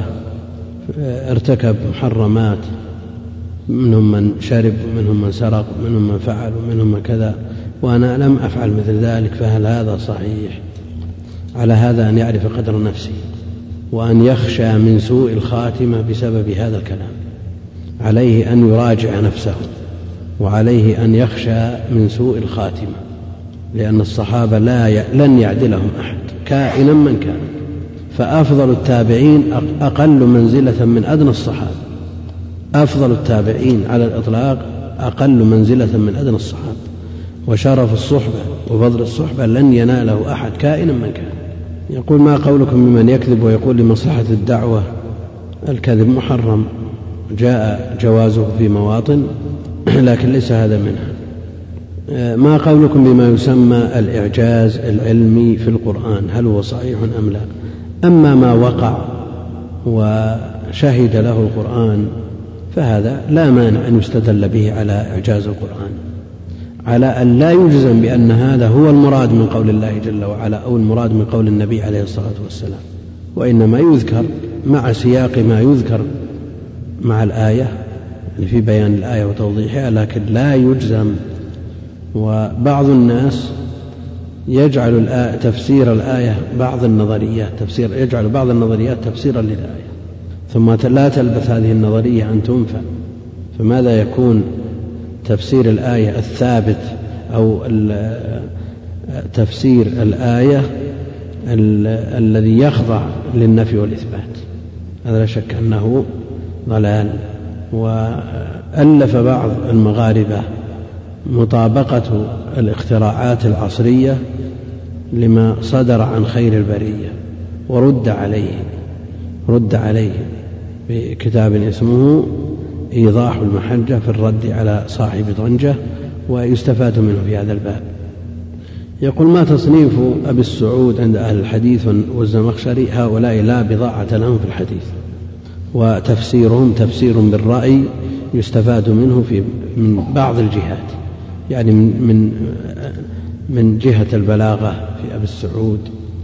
ارتكب محرمات، منهم من شرب ومنهم من سرق ومنهم من فعل ومنهم من كذا، وأنا لم أفعل مثل ذلك، فهل هذا صحيح؟ على هذا أن يعرف قدر نفسه وأن يخشى من سوء الخاتمة بسبب هذا الكلام، عليه أن يراجع نفسه وعليه أن يخشى من سوء الخاتمة، لأن الصحابة لا ي... لن يعدلهم أحد كائنا من كان، فأفضل التابعين أقل منزلة من أدنى الصحابة، أفضل التابعين على الإطلاق أقل منزلة من أدنى الصحابة، وشرف الصحبة وفضل الصحبة لن يناله أحد كائنا من كان. يقول ما قولكم بمن يكذب ويقول لمصلحة الدعوة؟ الكذب محرم، جاء جوازه في مواطن لكن ليس هذا منها. ما قولكم بما يسمى الإعجاز العلمي في القرآن، هل هو صحيح أم لا؟ أما ما وقع وشهد له القرآن فهذا لا مانع أن يستدل به على إعجاز القرآن، على أن لا يجزم بأن هذا هو المراد من قول الله جل وعلا أو المراد من قول النبي عليه الصلاة والسلام، وإنما يذكر مع سياق ما يذكر مع الآية في بيان الآية وتوضيحها، لكن لا يجزم. وبعض الناس يجعل تفسير الآية بعض النظريات تفسير يجعل بعض النظريات تفسيرا للآية، ثم لا تلبث هذه النظرية أن تنفى، فماذا يكون تفسير الآية الثابت أو تفسير الآية الذي يخضع للنفي والإثبات؟ هذا لا شك أنه ضلال. وألف بعض المغاربة مطابقة الاختراعات العصرية لما صدر عن خير البرية، ورد عليه رد عليه بكتاب اسمه إيضاح المحجة في الرد على صاحب طنجة، ويستفاد منه في هذا الباب. يقول: ما تصنيف أبي السعود عند أهل الحديث والزمخشري؟ هؤلاء لا بضاعة لهم في الحديث، وتفسيرهم تفسير بالرأي يستفاد منه في من بعض الجهات، يعني من من من جهة البلاغة في أبي السعود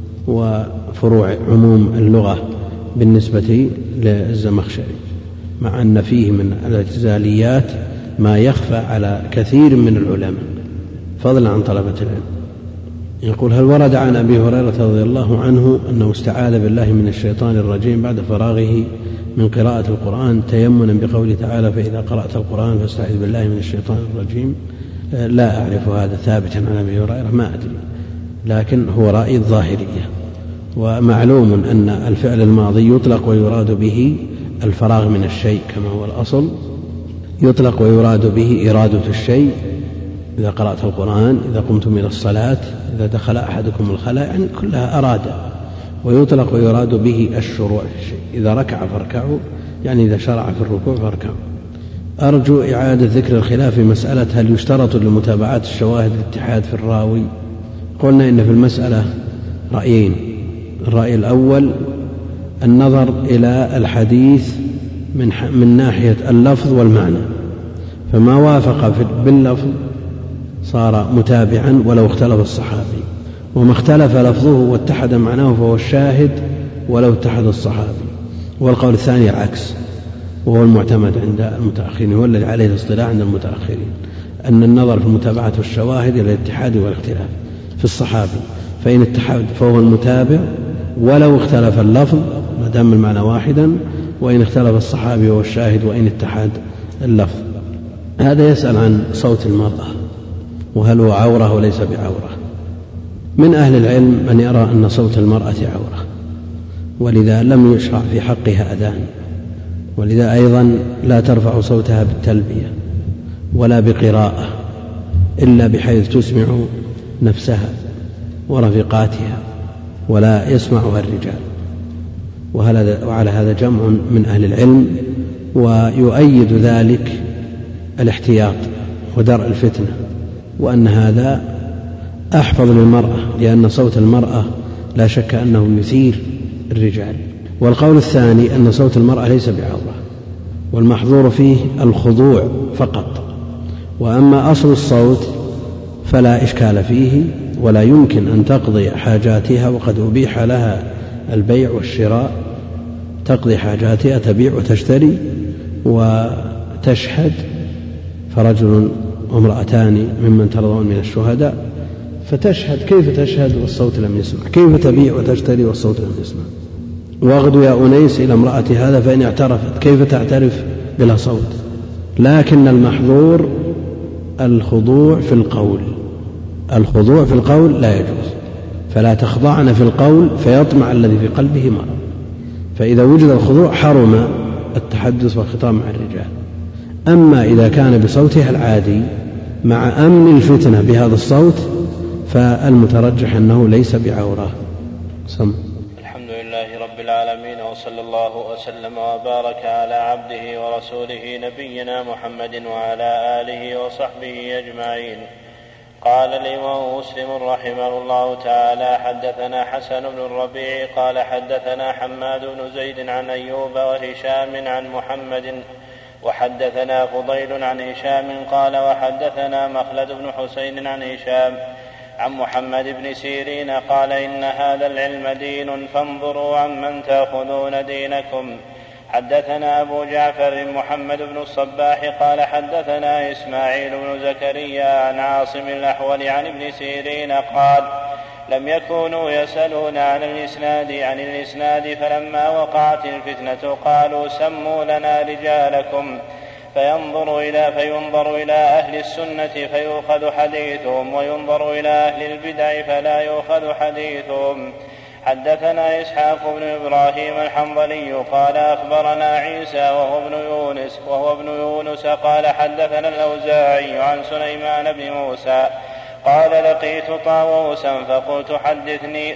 وفروع عموم اللغة بالنسبة للزمخشري، مع أن فيه من الاعتزاليات ما يخفى على كثير من العلماء فضلا عن طلبة العلم. يقول: هل ورد عن أبي هريرة رضي الله عنه أنه استعاذ بالله من الشيطان الرجيم بعد فراغه من قراءة القرآن تيمنا بقوله تعالى: فإذا قرأت القرآن فاستعذ بالله من الشيطان الرجيم؟ لا أعرف هذا ثابتا عن أبي هريرة، ما أدري، لكن هو رأي الظاهرية. ومعلوم أن الفعل الماضي يطلق ويراد به الفراغ من الشيء كما هو الأصل، يطلق ويراد به إرادة الشيء، إذا قرأت القرآن، إذا قمتم إلى الصلاة، إذا دخل أحدكم الخلاء، يعني كلها أراد. ويطلق ويراد به الشروع في الشيء، إذا ركع فاركعوا، يعني إذا شرع في الركوع فاركعوا. أرجو إعادة ذكر الخلاف في مسألة هل يشترط لمتابعات الشواهد الاتحاد في الراوي. قلنا إن في المسألة رأيين: الرأي الأول النظر إلى الحديث من, من ناحية اللفظ والمعنى، فما وافق باللفظ صار متابعا ولو اختلف الصحابي، وما اختلف لفظه واتحد معناه فهو الشاهد ولو اتحد الصحابي. والقول الثاني العكس، وهو المعتمد عند المتأخرين، هو الذي عليه الاصطلاح عند المتأخرين، أن النظر في المتابعة والشواهد إلى الاتحاد والاختلاف في الصحابي، فإن اتحد فهو المتابع ولو اختلف اللفظ ما دام المعنى واحدا، وإن اختلف الصحابي هو الشاهد وإن اتحد اللفظ. هذا يسأل عن صوت المرأة وهل هو عورة وليس بعورة. من أهل العلم من يرى أن صوت المرأة عورة، ولذا لم يشرع في حقها أذان، ولذا أيضا لا ترفع صوتها بالتلبية ولا بقراءة إلا بحيث تسمع نفسها ورفقاتها ولا يسمعها الرجال. وعلى هذا جمع من أهل العلم، ويؤيد ذلك الاحتياط ودرء الفتنة، وأن هذا أحفظ للمرأة، لأن صوت المرأة لا شك أنه يثير الرجال. والقول الثاني أن صوت المرأة ليس بعورة، والمحظور فيه الخضوع فقط، وأما أصل الصوت فلا إشكال فيه، ولا يمكن أن تقضي حاجاتها، وقد أبيح لها البيع والشراء، تقضي حاجاتها، تبيع وتشتري وتشهد، فرجل وامرأتان ممن ترضون من الشهداء، فتشهد. كيف تشهد والصوت لم يسمع؟ كيف تبيع وتشتري والصوت لم يسمع؟ واغدو يا أنيس إلى امرأة هذا فإن اعترفت، كيف تعترف بلا صوت؟ لكن المحظور الخضوع في القول، الخضوع في القول لا يجوز، فلا تخضعن في القول فيطمع الذي في قلبه مرض. فإذا وجد الخضوع حرم التحدث والخطاب مع الرجال. أما إذا كان بصوتها العادي مع أمن الفتنة بهذا الصوت فالمترجح أنه ليس بعورة. سم. الحمد لله رب العالمين، وصلى الله وسلم وبارك على عبده ورسوله نبينا محمد وعلى آله وصحبه أجمعين. قال الإمام مسلم رحمه الله تعالى: حدثنا حسن بن الربيع قال حدثنا حماد بن زيد عن أيوب وهشام عن محمد وحدثنا فضيل عن هشام قال وحدثنا مخلد بن حسين عن هشام عن محمد بن سيرين قال: إن هذا العلم دين فانظروا عمن تأخذون دينكم. حدثنا أبو جعفر محمد بن الصباح قال حدثنا إسماعيل بن زكريا عن عاصم الأحول عن ابن سيرين قال: لم يكونوا يسألون عن الإسناد عن الإسناد فلما وقعت الفتنة قالوا: سموا لنا رجالكم، فينظر إلى, فينظر إلى أهل السنة فيؤخذ حديثهم، وينظر إلى أهل البدع فلا يؤخذ حديثهم. حدثنا إسحاق بن إبراهيم الحنظلي قال أخبرنا عيسى وهو ابن يونس وهو ابن يونس قال حدثنا الأوزاعي عن سليمان بن موسى قال: لقيت طاووسا فقلت حدثني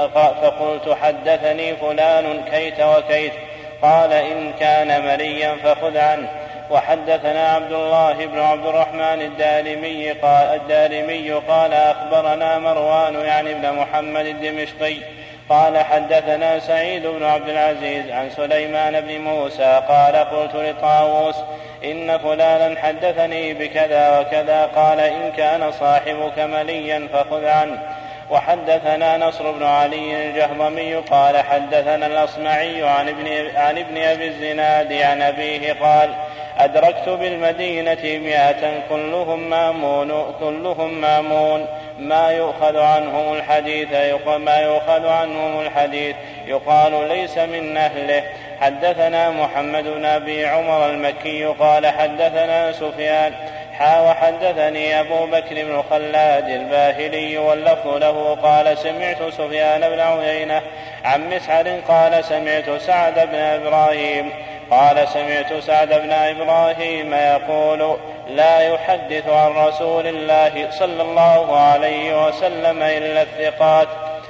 فقلت حدثني فلان كيت وكيت، قال: إن كان مريا فخذ عنه. وحدثنا عبد الله بن عبد الرحمن الدارمي قال, الدارمي قال أخبرنا مروان يعني ابن محمد الدمشقي قال حدثنا سعيد بن عبد العزيز عن سليمان بن موسى قال: قلت لطاووس: إن فلانا حدثني بكذا وكذا، قال: إن كان صاحبك مليا فخذ عنه. وحدثنا نصر بن علي الجهضمي قال حدثنا الأصمعي عن ابن, عن ابن أبي الزناد عن أبيه قال: أدركت بالمدينة مئة كلهم مامون, كلهم مامون ما يؤخذ عنهم الحديث ما يؤخذ عنهم الحديث يقال ليس من أهله. حدثنا محمد بن أبي عمر المكي قال حدثنا سفيان حا وحدثني أبو بكر بن خلاد الباهلي واللفظ له قال: سمعت سفيان بن عيينة عن مسعر قال: سمعت سعد بن إبراهيم قال سمعت سعد بن إبراهيم يقول: لا يحدث عن رسول الله صلى الله عليه وسلم إلا الثقات.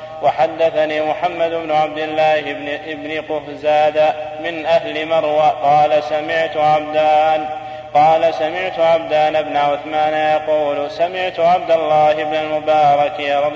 وحدثني محمد بن عبد الله بن, ابن قهزاد من أهل مروى قال: سمعت عبدان قال سمعت عبدان بن عثمان يقول: سمعت عبد الله بن المبارك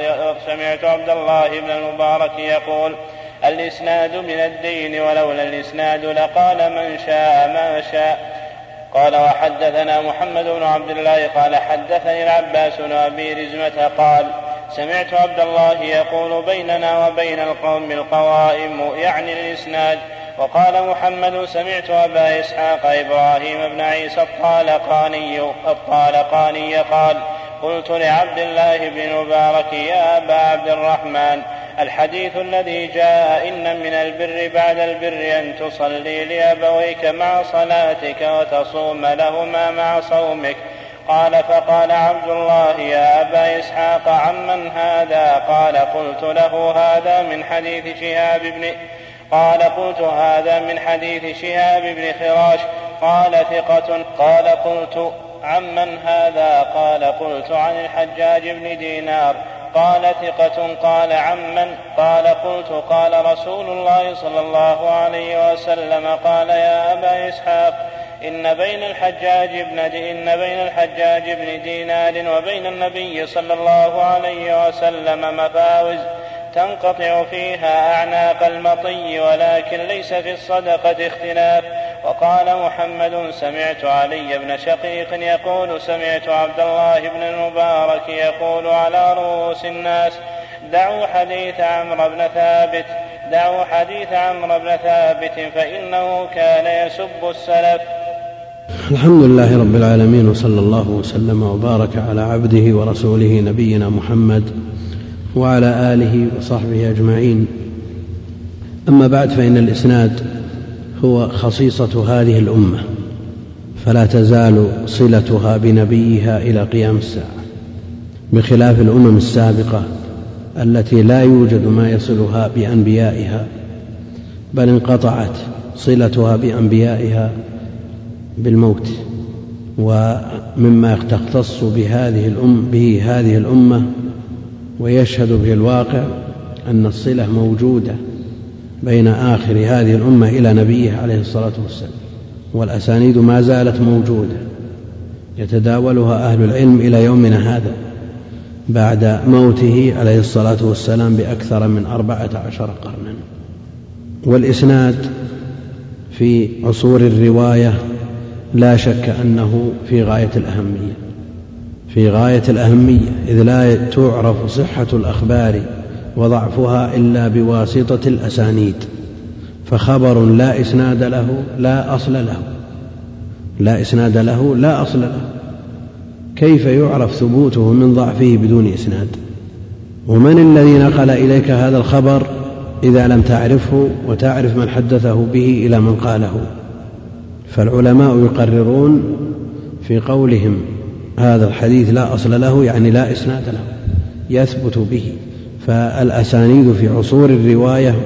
سمعت عبد الله بن المبارك يقول: الإسناد من الدين، ولولا الإسناد لقال من شاء ما شاء. قال: وحدثنا محمد بن عبد الله قال حدثني العباس بن أبي رزمة قال: سمعت عبد الله يقول: بيننا وبين القوم القوائم، يعني الإسناد. وقال محمد: سمعت أبا إسحاق إبراهيم بن عيسى الطالقاني الطالقاني قال: قلت لعبد الله بن مبارك: يا أبا عبد الرحمن، الحديث الذي جاء إن من البر بعد البر أن تصلي لأبويك مع صلاتك وتصوم لهما مع صومك. قال: فقال عبد الله: يا أبا إسحاق عمن هذا؟ قال: قلت له: هذا من حديث شهاب بن قال قلت هذا من حديث شهاب بن خراش قال: ثقة. قال: قلت: عمن هذا؟ قال: قلت عن الحجاج بن دينار قال: ثقة. قال: عمن؟ قال: قلت: قال رسول الله صلى الله عليه وسلم قال: يا أبا إسحاق، إن بين الحجاج بن إن بين الحجاج بن دينار وبين النبي صلى الله عليه وسلم مفاوز تنقطع فيها أعناق المطي، ولكن ليس في الصدقة اختلاف. وقال محمد: سمعت علي بن شقيق يقول: سمعت عبد الله بن المبارك يقول على رؤوس الناس: دعوا حديث عمرو بن ثابت دعوا حديث عمرو بن ثابت فإنه كان يسب السلف. الحمد لله رب العالمين، وصلى الله وسلم وبارك على عبده ورسوله نبينا محمد وعلى آله وصحبه أجمعين. أما بعد، فإن الإسناد هو خصيصة هذه الأمة، فلا تزال صلتها بنبيها إلى قيام الساعة، بخلاف الأمم السابقة التي لا يوجد ما يصلها بأنبيائها، بل انقطعت صلتها بأنبيائها بالموت. ومما تختص بهذه الأم به هذه الأمة ويشهد به الواقع أن الصلة موجودة بين آخر هذه الأمة إلى نبيه عليه الصلاة والسلام، والأسانيد ما زالت موجودة يتداولها أهل العلم إلى يومنا هذا، بعد موته عليه الصلاة والسلام بأكثر من أربعة عشر قرنا. والإسناد في عصور الرواية لا شك أنه في غاية الأهمية في غاية الأهمية إذ لا تعرف صحة الأخبار وضعفها إلا بواسطة الأسانيد، فخبر لا إسناد له لا أصل له لا إسناد له لا أصل له كيف يعرف ثبوته من ضعفه بدون إسناد؟ ومن الذي نقل إليك هذا الخبر إذا لم تعرفه وتعرف من حدثه به إلى من قاله؟ فالعلماء يقررون في قولهم هذا الحديث لا أصل له يعني لا إسناد له يثبت به. فالأسانيد في عصور الرواية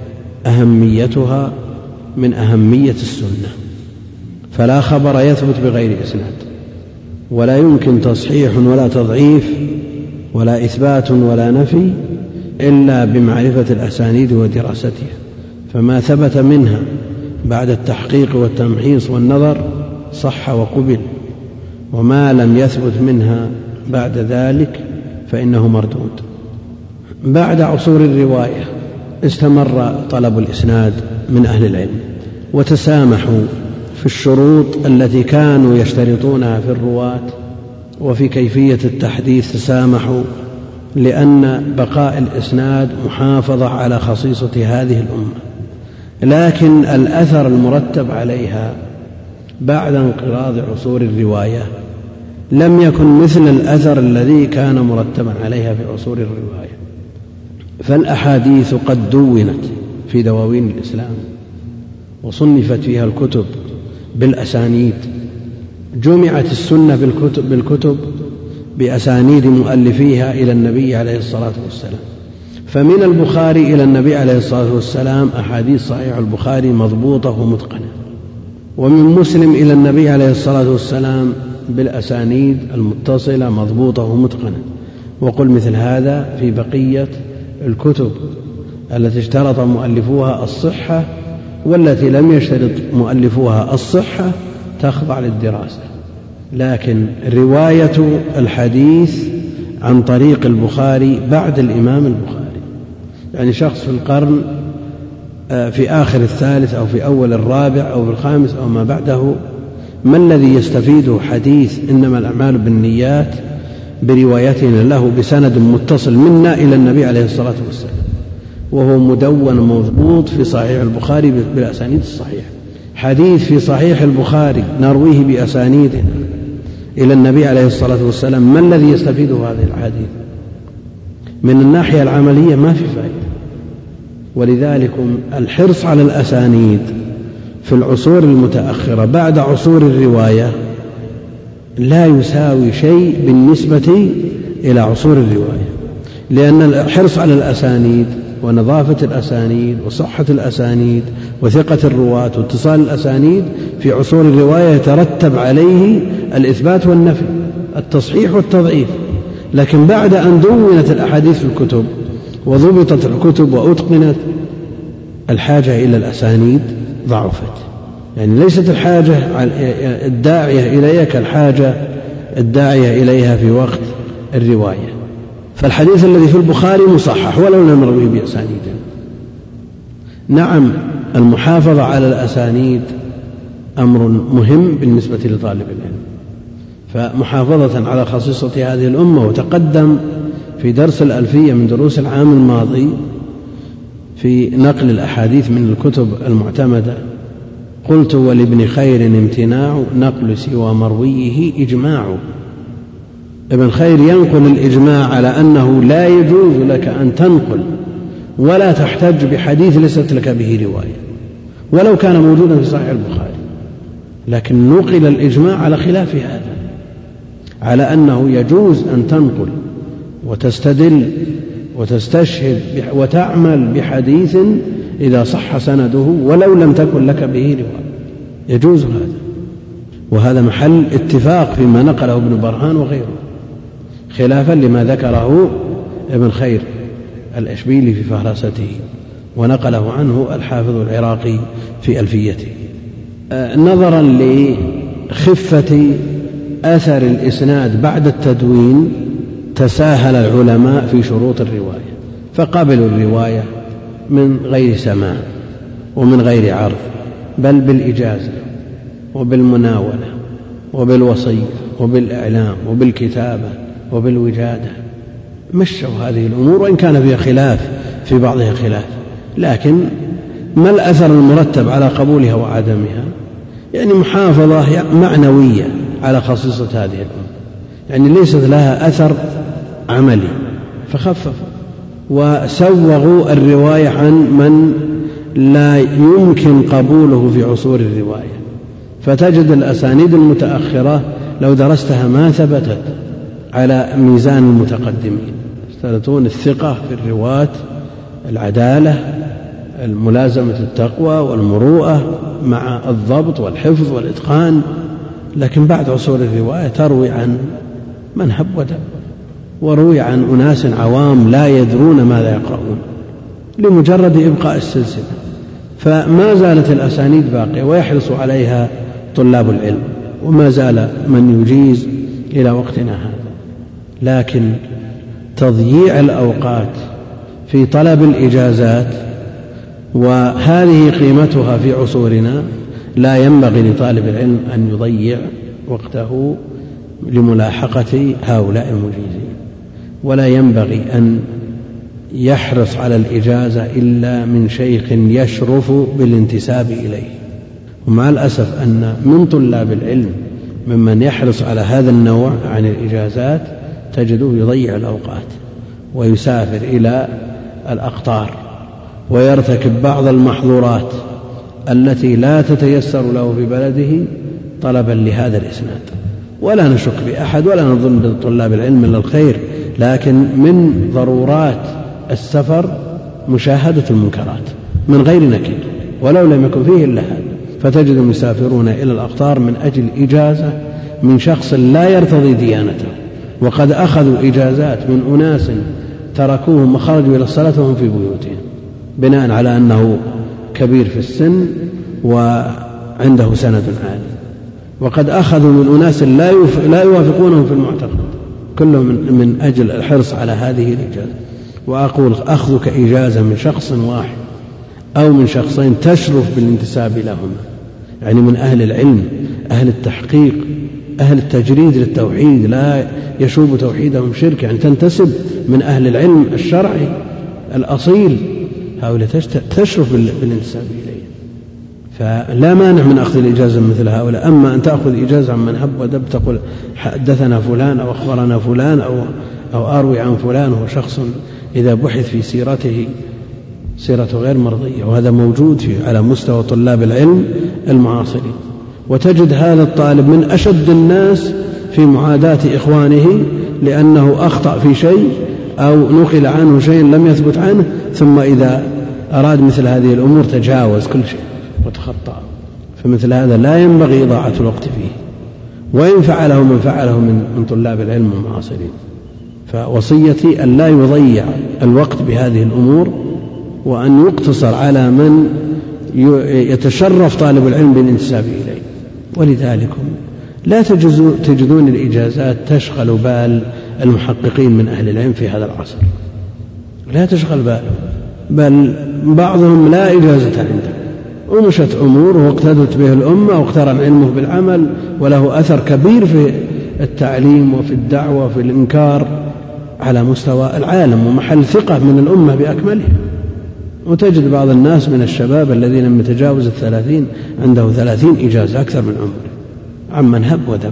أهميتها من أهمية السنة، فلا خبر يثبت بغير إسناد، ولا يمكن تصحيح ولا تضعيف ولا إثبات ولا نفي إلا بمعرفة الأسانيد ودراستها. فما ثبت منها بعد التحقيق والتمحيص والنظر صح وقبل، وما لم يثبت منها بعد ذلك فإنه مردود. بعد عصور الرواية استمر طلب الإسناد من أهل العلم، وتسامحوا في الشروط التي كانوا يشترطونها في الرواة وفي كيفية التحديث تسامحوا، لأن بقاء الإسناد محافظة على خصيصة هذه الأمة. لكن الأثر المرتب عليها بعد انقراض عصور الرواية لم يكن مثل الأثر الذي كان مرتبا عليها في عصور الرواية. فالأحاديث قد دونت في دواوين الإسلام وصنفت فيها الكتب بالأسانيد، جمعت السنة بالكتب, بالكتب بأسانيد مؤلفيها إلى النبي عليه الصلاة والسلام. فمن البخاري إلى النبي عليه الصلاة والسلام أحاديث صحيح البخاري مضبوطة ومتقنة، ومن مسلم إلى النبي عليه الصلاة والسلام بالأسانيد المتصلة مضبوطة ومتقنة. وقل مثل هذا في بقية الكتب التي اشترط مؤلفوها الصحة والتي لم يشترط مؤلفوها الصحة تخضع للدراسة. لكن رواية الحديث عن طريق البخاري بعد الإمام البخاري، يعني شخص في القرن في آخر الثالث أو في أول الرابع أو في الخامس أو ما بعده، ما الذي يستفيده حديث إنما الأعمال بالنيات بروايتنا له بسند متصل منا إلى النبي عليه الصلاة والسلام، وهو مدون مضبوط في صحيح البخاري بالأسانيد الصحيحة. حديث في صحيح البخاري نرويه بأسانيدنا إلى النبي عليه الصلاة والسلام، ما الذي يستفيده هذه الحديث؟ من الناحية العملية ما في فائدة. ولذلك الحرص على الأسانيد في العصور المتأخرة بعد عصور الرواية لا يساوي شيء بالنسبة إلى عصور الرواية، لأن الحرص على الأسانيد ونظافة الأسانيد وصحة الأسانيد وثقة الرواة واتصال الأسانيد في عصور الرواية يترتب عليه الإثبات والنفي، التصحيح والتضعيف. لكن بعد أن دونت الأحاديث في الكتب وضبطت الكتب وأتقنت، الحاجة إلى الأسانيد ضعفت، يعني ليست الحاجة الداعية إليها كالحاجة الداعية إليها في وقت الرواية. فالحديث الذي في البخاري مصحح ولو لم نرويه بأسانيد. نعم، المحافظة على الأسانيد أمر مهم بالنسبة لطالب العلم، فمحافظة على خصيصة هذه الأمة. وتقدم في درس الألفية من دروس العام الماضي في نقل الأحاديث من الكتب المعتمدة، قلت ولابن خير امتناع نقل سوى مرويه إجماع. ابن خير ينقل الإجماع على أنه لا يجوز لك أن تنقل ولا تحتج بحديث ليست لك به رواية ولو كان موجودا في صحيح البخاري، لكن نقل الإجماع على خلاف هذا، على أنه يجوز أن تنقل وتستدل وتستشهد وتعمل بحديث إذا صح سنده ولو لم تكن لك به رواية، يجوز هذا. وهذا محل اتفاق فيما نقله ابن برهان وغيره، خلافا لما ذكره ابن خير الأشبيلي في فهرسته ونقله عنه الحافظ العراقي في ألفيته. نظرا لخفة أثر الإسناد بعد التدوين تساهل العلماء في شروط الرواية فقبلوا الرواية من غير سماع ومن غير عرض، بل بالإجازة وبالمناولة وبالوصية وبالإعلام وبالكتابة وبالوجادة. مشوا هذه الأمور وإن كان فيها خلاف في بعضها خلاف، لكن ما الأثر المرتب على قبولها وعدمها؟ يعني محافظة معنوية على خصيصة هذه الأمة، يعني ليست لها أثر عملي، فخففوا وسوغوا الرواية عن من لا يمكن قبوله في عصور الرواية. فتجد الأسانيد المتأخرة لو درستها ما ثبتت على ميزان المتقدمين، يشترطون الثقة في الرواة، العدالة، الملازمة التقوى والمروءة مع الضبط والحفظ والإتقان. لكن بعد عصور الرواية تروي عن من هب ودب، وروي عن أناس عوام لا يدرون ماذا يقرؤون لمجرد إبقاء السلسلة. فما زالت الأسانيد باقية ويحرص عليها طلاب العلم، وما زال من يجيز إلى وقتنا هذا. لكن تضييع الأوقات في طلب الإجازات وهذه قيمتها في عصورنا، لا ينبغي لطالب العلم أن يضيع وقته لملاحقة هؤلاء المجيزين، ولا ينبغي أن يحرص على الإجازة إلا من شيخ يشرف بالانتساب إليه. ومع الأسف أن من طلاب العلم ممن يحرص على هذا النوع عن الإجازات تجده يضيع الأوقات ويسافر إلى الأقطار ويرتكب بعض المحظورات التي لا تتيسر له في بلده طلبا لهذا الإسناد. ولا نشك بأحد ولا نظن بطلاب العلم إلا الخير، لكن من ضرورات السفر مشاهدة المنكرات من غير نكير ولو لم يكن فيه إلا هذا. فتجدهم يسافرون إلى الأقطار من أجل إجازة من شخص لا يرتضي ديانته، وقد أخذوا إجازات من أناس تركوهم وخرجوا إلى الصلاة وهم في بيوتهم بناء على أنه كبير في السن وعنده سند عالي، وقد أخذوا من أناس لا يوافقونهم في المعتقد، كلهم من أجل الحرص على هذه الإجازة. وأقول أخذك إجازة من شخص واحد أو من شخصين تشرف بالانتساب لهما، يعني من أهل العلم، أهل التحقيق، أهل التجريد للتوحيد، لا يشوب توحيدهم شرك، يعني تنتسب من أهل العلم الشرعي الأصيل، هؤلاء تشرف بالانتساب إليه. فلا مانع من أخذ الإجازة مثل هؤلاء. أما أن تأخذ إجازة عن من هب ودب، تقول حدثنا فلان أو أخبرنا فلان أو, أو أروي عن فلان، هو شخص إذا بحث في سيرته سيرته غير مرضية، وهذا موجود في على مستوى طلاب العلم المعاصرين. وتجد هذا الطالب من أشد الناس في معاداة إخوانه لأنه أخطأ في شيء أو نقل عنه شيء لم يثبت عنه، ثم إذا أراد مثل هذه الأمور تجاوز كل شيء وتخطأ. فمثل هذا لا ينبغي إضاعة الوقت فيه، وإن فعله من فعله من طلاب العلم المعاصرين. فوصيتي أن لا يضيع الوقت بهذه الأمور، وأن يقتصر على من يتشرف طالب العلم بالانتساب إليه. ولذلك لا تجدون الإجازات تشغل بال المحققين من أهل العلم في هذا العصر، لا تشغل بالهم، بل بعضهم لا إجازة عنده، ومشت أموره واقتدت به الأمة واقترن علمه بالعمل، وله أثر كبير في التعليم وفي الدعوة وفي الإنكار على مستوى العالم، ومحل ثقة من الأمة بأكملها. وتجد بعض الناس من الشباب الذين لم يتجاوز الثلاثين عنده ثلاثين إجازة أكثر من عمره عمن هب ودب.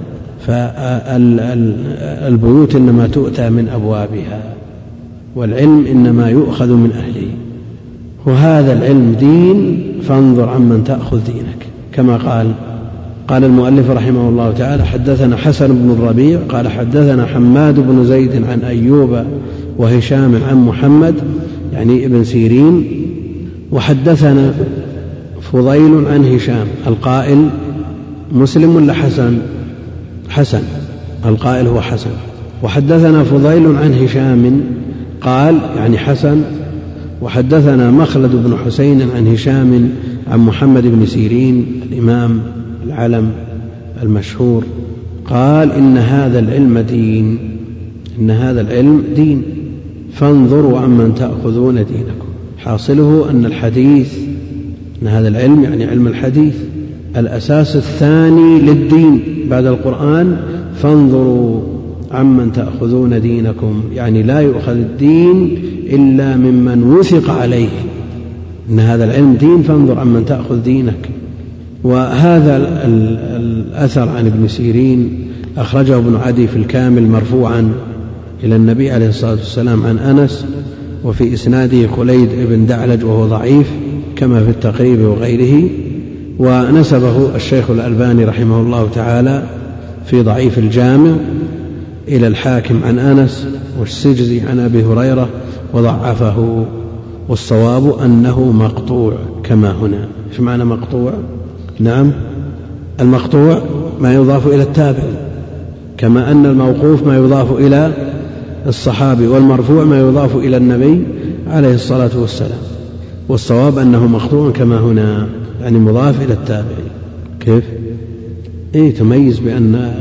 فالبيوت إنما تؤتى من أبوابها، والعلم إنما يؤخذ من أهله، وهذا العلم دين، فانظر عمن تأخذ دينك. كما قال قال المؤلف رحمه الله تعالى: حدثنا حسن بن الربيع قال حدثنا حماد بن زيد عن أيوب وهشام عن محمد يعني ابن سيرين، وحدثنا فضيل عن هشام. القائل مسلم ولا حسن؟ حسن، القائل هو حسن. وحدثنا فضيل عن هشام قال يعني حسن. وحدثنا مخلد بن حسين عن هشام عن محمد بن سيرين الإمام العلم المشهور قال: إن هذا العلم دين. إن هذا العلم دين، فانظروا عمن تأخذون دينكم. حاصله أن الحديث، أن هذا العلم يعني علم الحديث الأساس الثاني للدين بعد القرآن. فانظروا عمن تأخذون دينكم، يعني لا يؤخذ الدين إلا ممن وثق عليه إن هذا العلم دين، فانظر عمن تأخذ دينك. وهذا الأثر عن ابن سيرين أخرجه ابن عدي في الكامل مرفوعا إلى النبي عليه الصلاة والسلام عن أنس، وفي إسناده خليد بن دعلج وهو ضعيف كما في التقريب وغيره، ونسبه الشيخ الألباني رحمه الله تعالى في ضعيف الجامع إلى الحاكم عن أنس والسجزي عن أبي هريرة وضعفه، والصواب أنه مقطوع كما هنا. إيش معنى مقطوع؟ نعم، المقطوع ما يضاف إلى التابع، كما أن الموقوف ما يضاف إلى الصحابي، والمرفوع ما يضاف إلى النبي عليه الصلاة والسلام. والصواب أنه مقطوع كما هنا، يعني مضاف إلى التابع. كيف؟ إيه، تميز بأن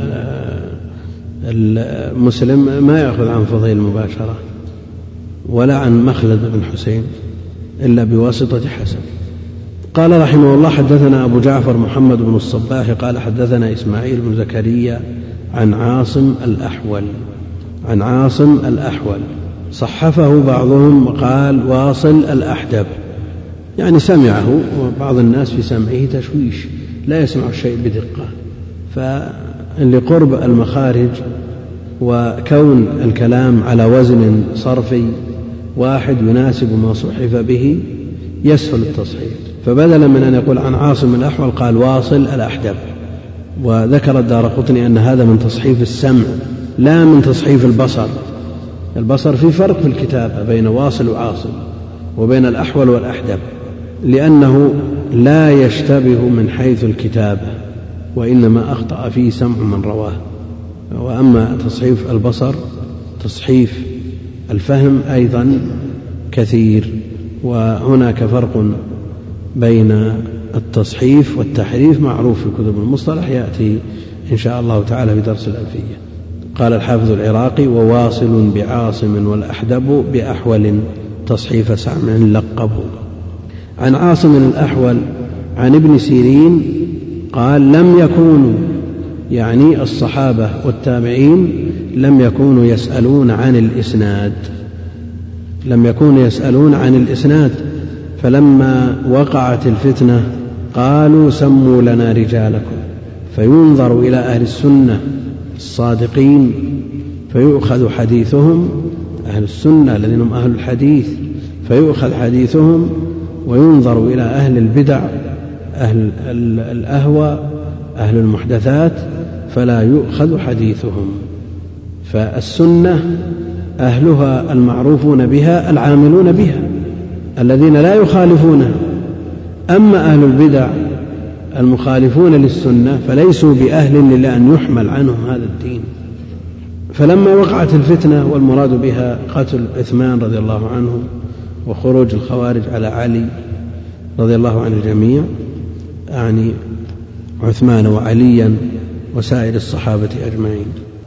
المسلم ما يأخذ عن فضيل مباشرة ولا عن مخلد بن حسين إلا بواسطة حسن. قال رحمه الله: حدثنا أبو جعفر محمد بن الصباح قال حدثنا إسماعيل بن زكريا عن عاصم الأحول عن عاصم الأحول صحفه بعضهم وقال واصل الأحدب، يعني سمعه، وبعض الناس في سمعه تشويش، لا يسمع الشيء بدقة. فلقرب المخارج وكون الكلام على وزن صرفي واحد يناسب ما صحف به يسهل التصحيف، فبدلا من أن يقول عن عاصم الأحول قال واصل الأحدب. وذكر الدارقطني أن هذا من تصحيف السمع لا من تصحيف البصر. البصر في فرق في الكتابة بين واصل وعاصم وبين الأحول والأحدب، لأنه لا يشتبه من حيث الكتابة، وإنما أخطأ فيه سمع من رواه. وأما تصحيف البصر تصحيف الفهم أيضا كثير. وهناك فرق بين التصحيف والتحريف معروف في كتب المصطلح، يأتي إن شاء الله تعالى في درس الألفية. قال الحافظ العراقي: وواصل بعاصم والأحدب بأحول تصحيف سمع لقبه. عن عاصم الأحول عن ابن سيرين قال: لم يكونوا، يعني الصحابة والتابعين، لم يكونوا يسألون عن الإسناد لم يكونوا يسألون عن الإسناد فلما وقعت الفتنة قالوا: سموا لنا رجالكم، فينظر إلى أهل السنة الصادقين فيؤخذ حديثهم، أهل السنة الذين هم أهل الحديث فيؤخذ حديثهم، وينظر إلى أهل البدع أهل الأهوى أهل المحدثات فلا يؤخذ حديثهم. فالسنة أهلها المعروفون بها العاملون بها الذين لا يخالفونها، أما أهل البدع المخالفون للسنة فليسوا بأهل إلا أن يحمل عنهم هذا الدين. فلما وقعت الفتنة، والمراد بها قتل عثمان رضي الله عنه وخروج الخوارج على علي رضي الله عن الجميع، يعني عثمان وعليا وسائر الصحابة أجمعين،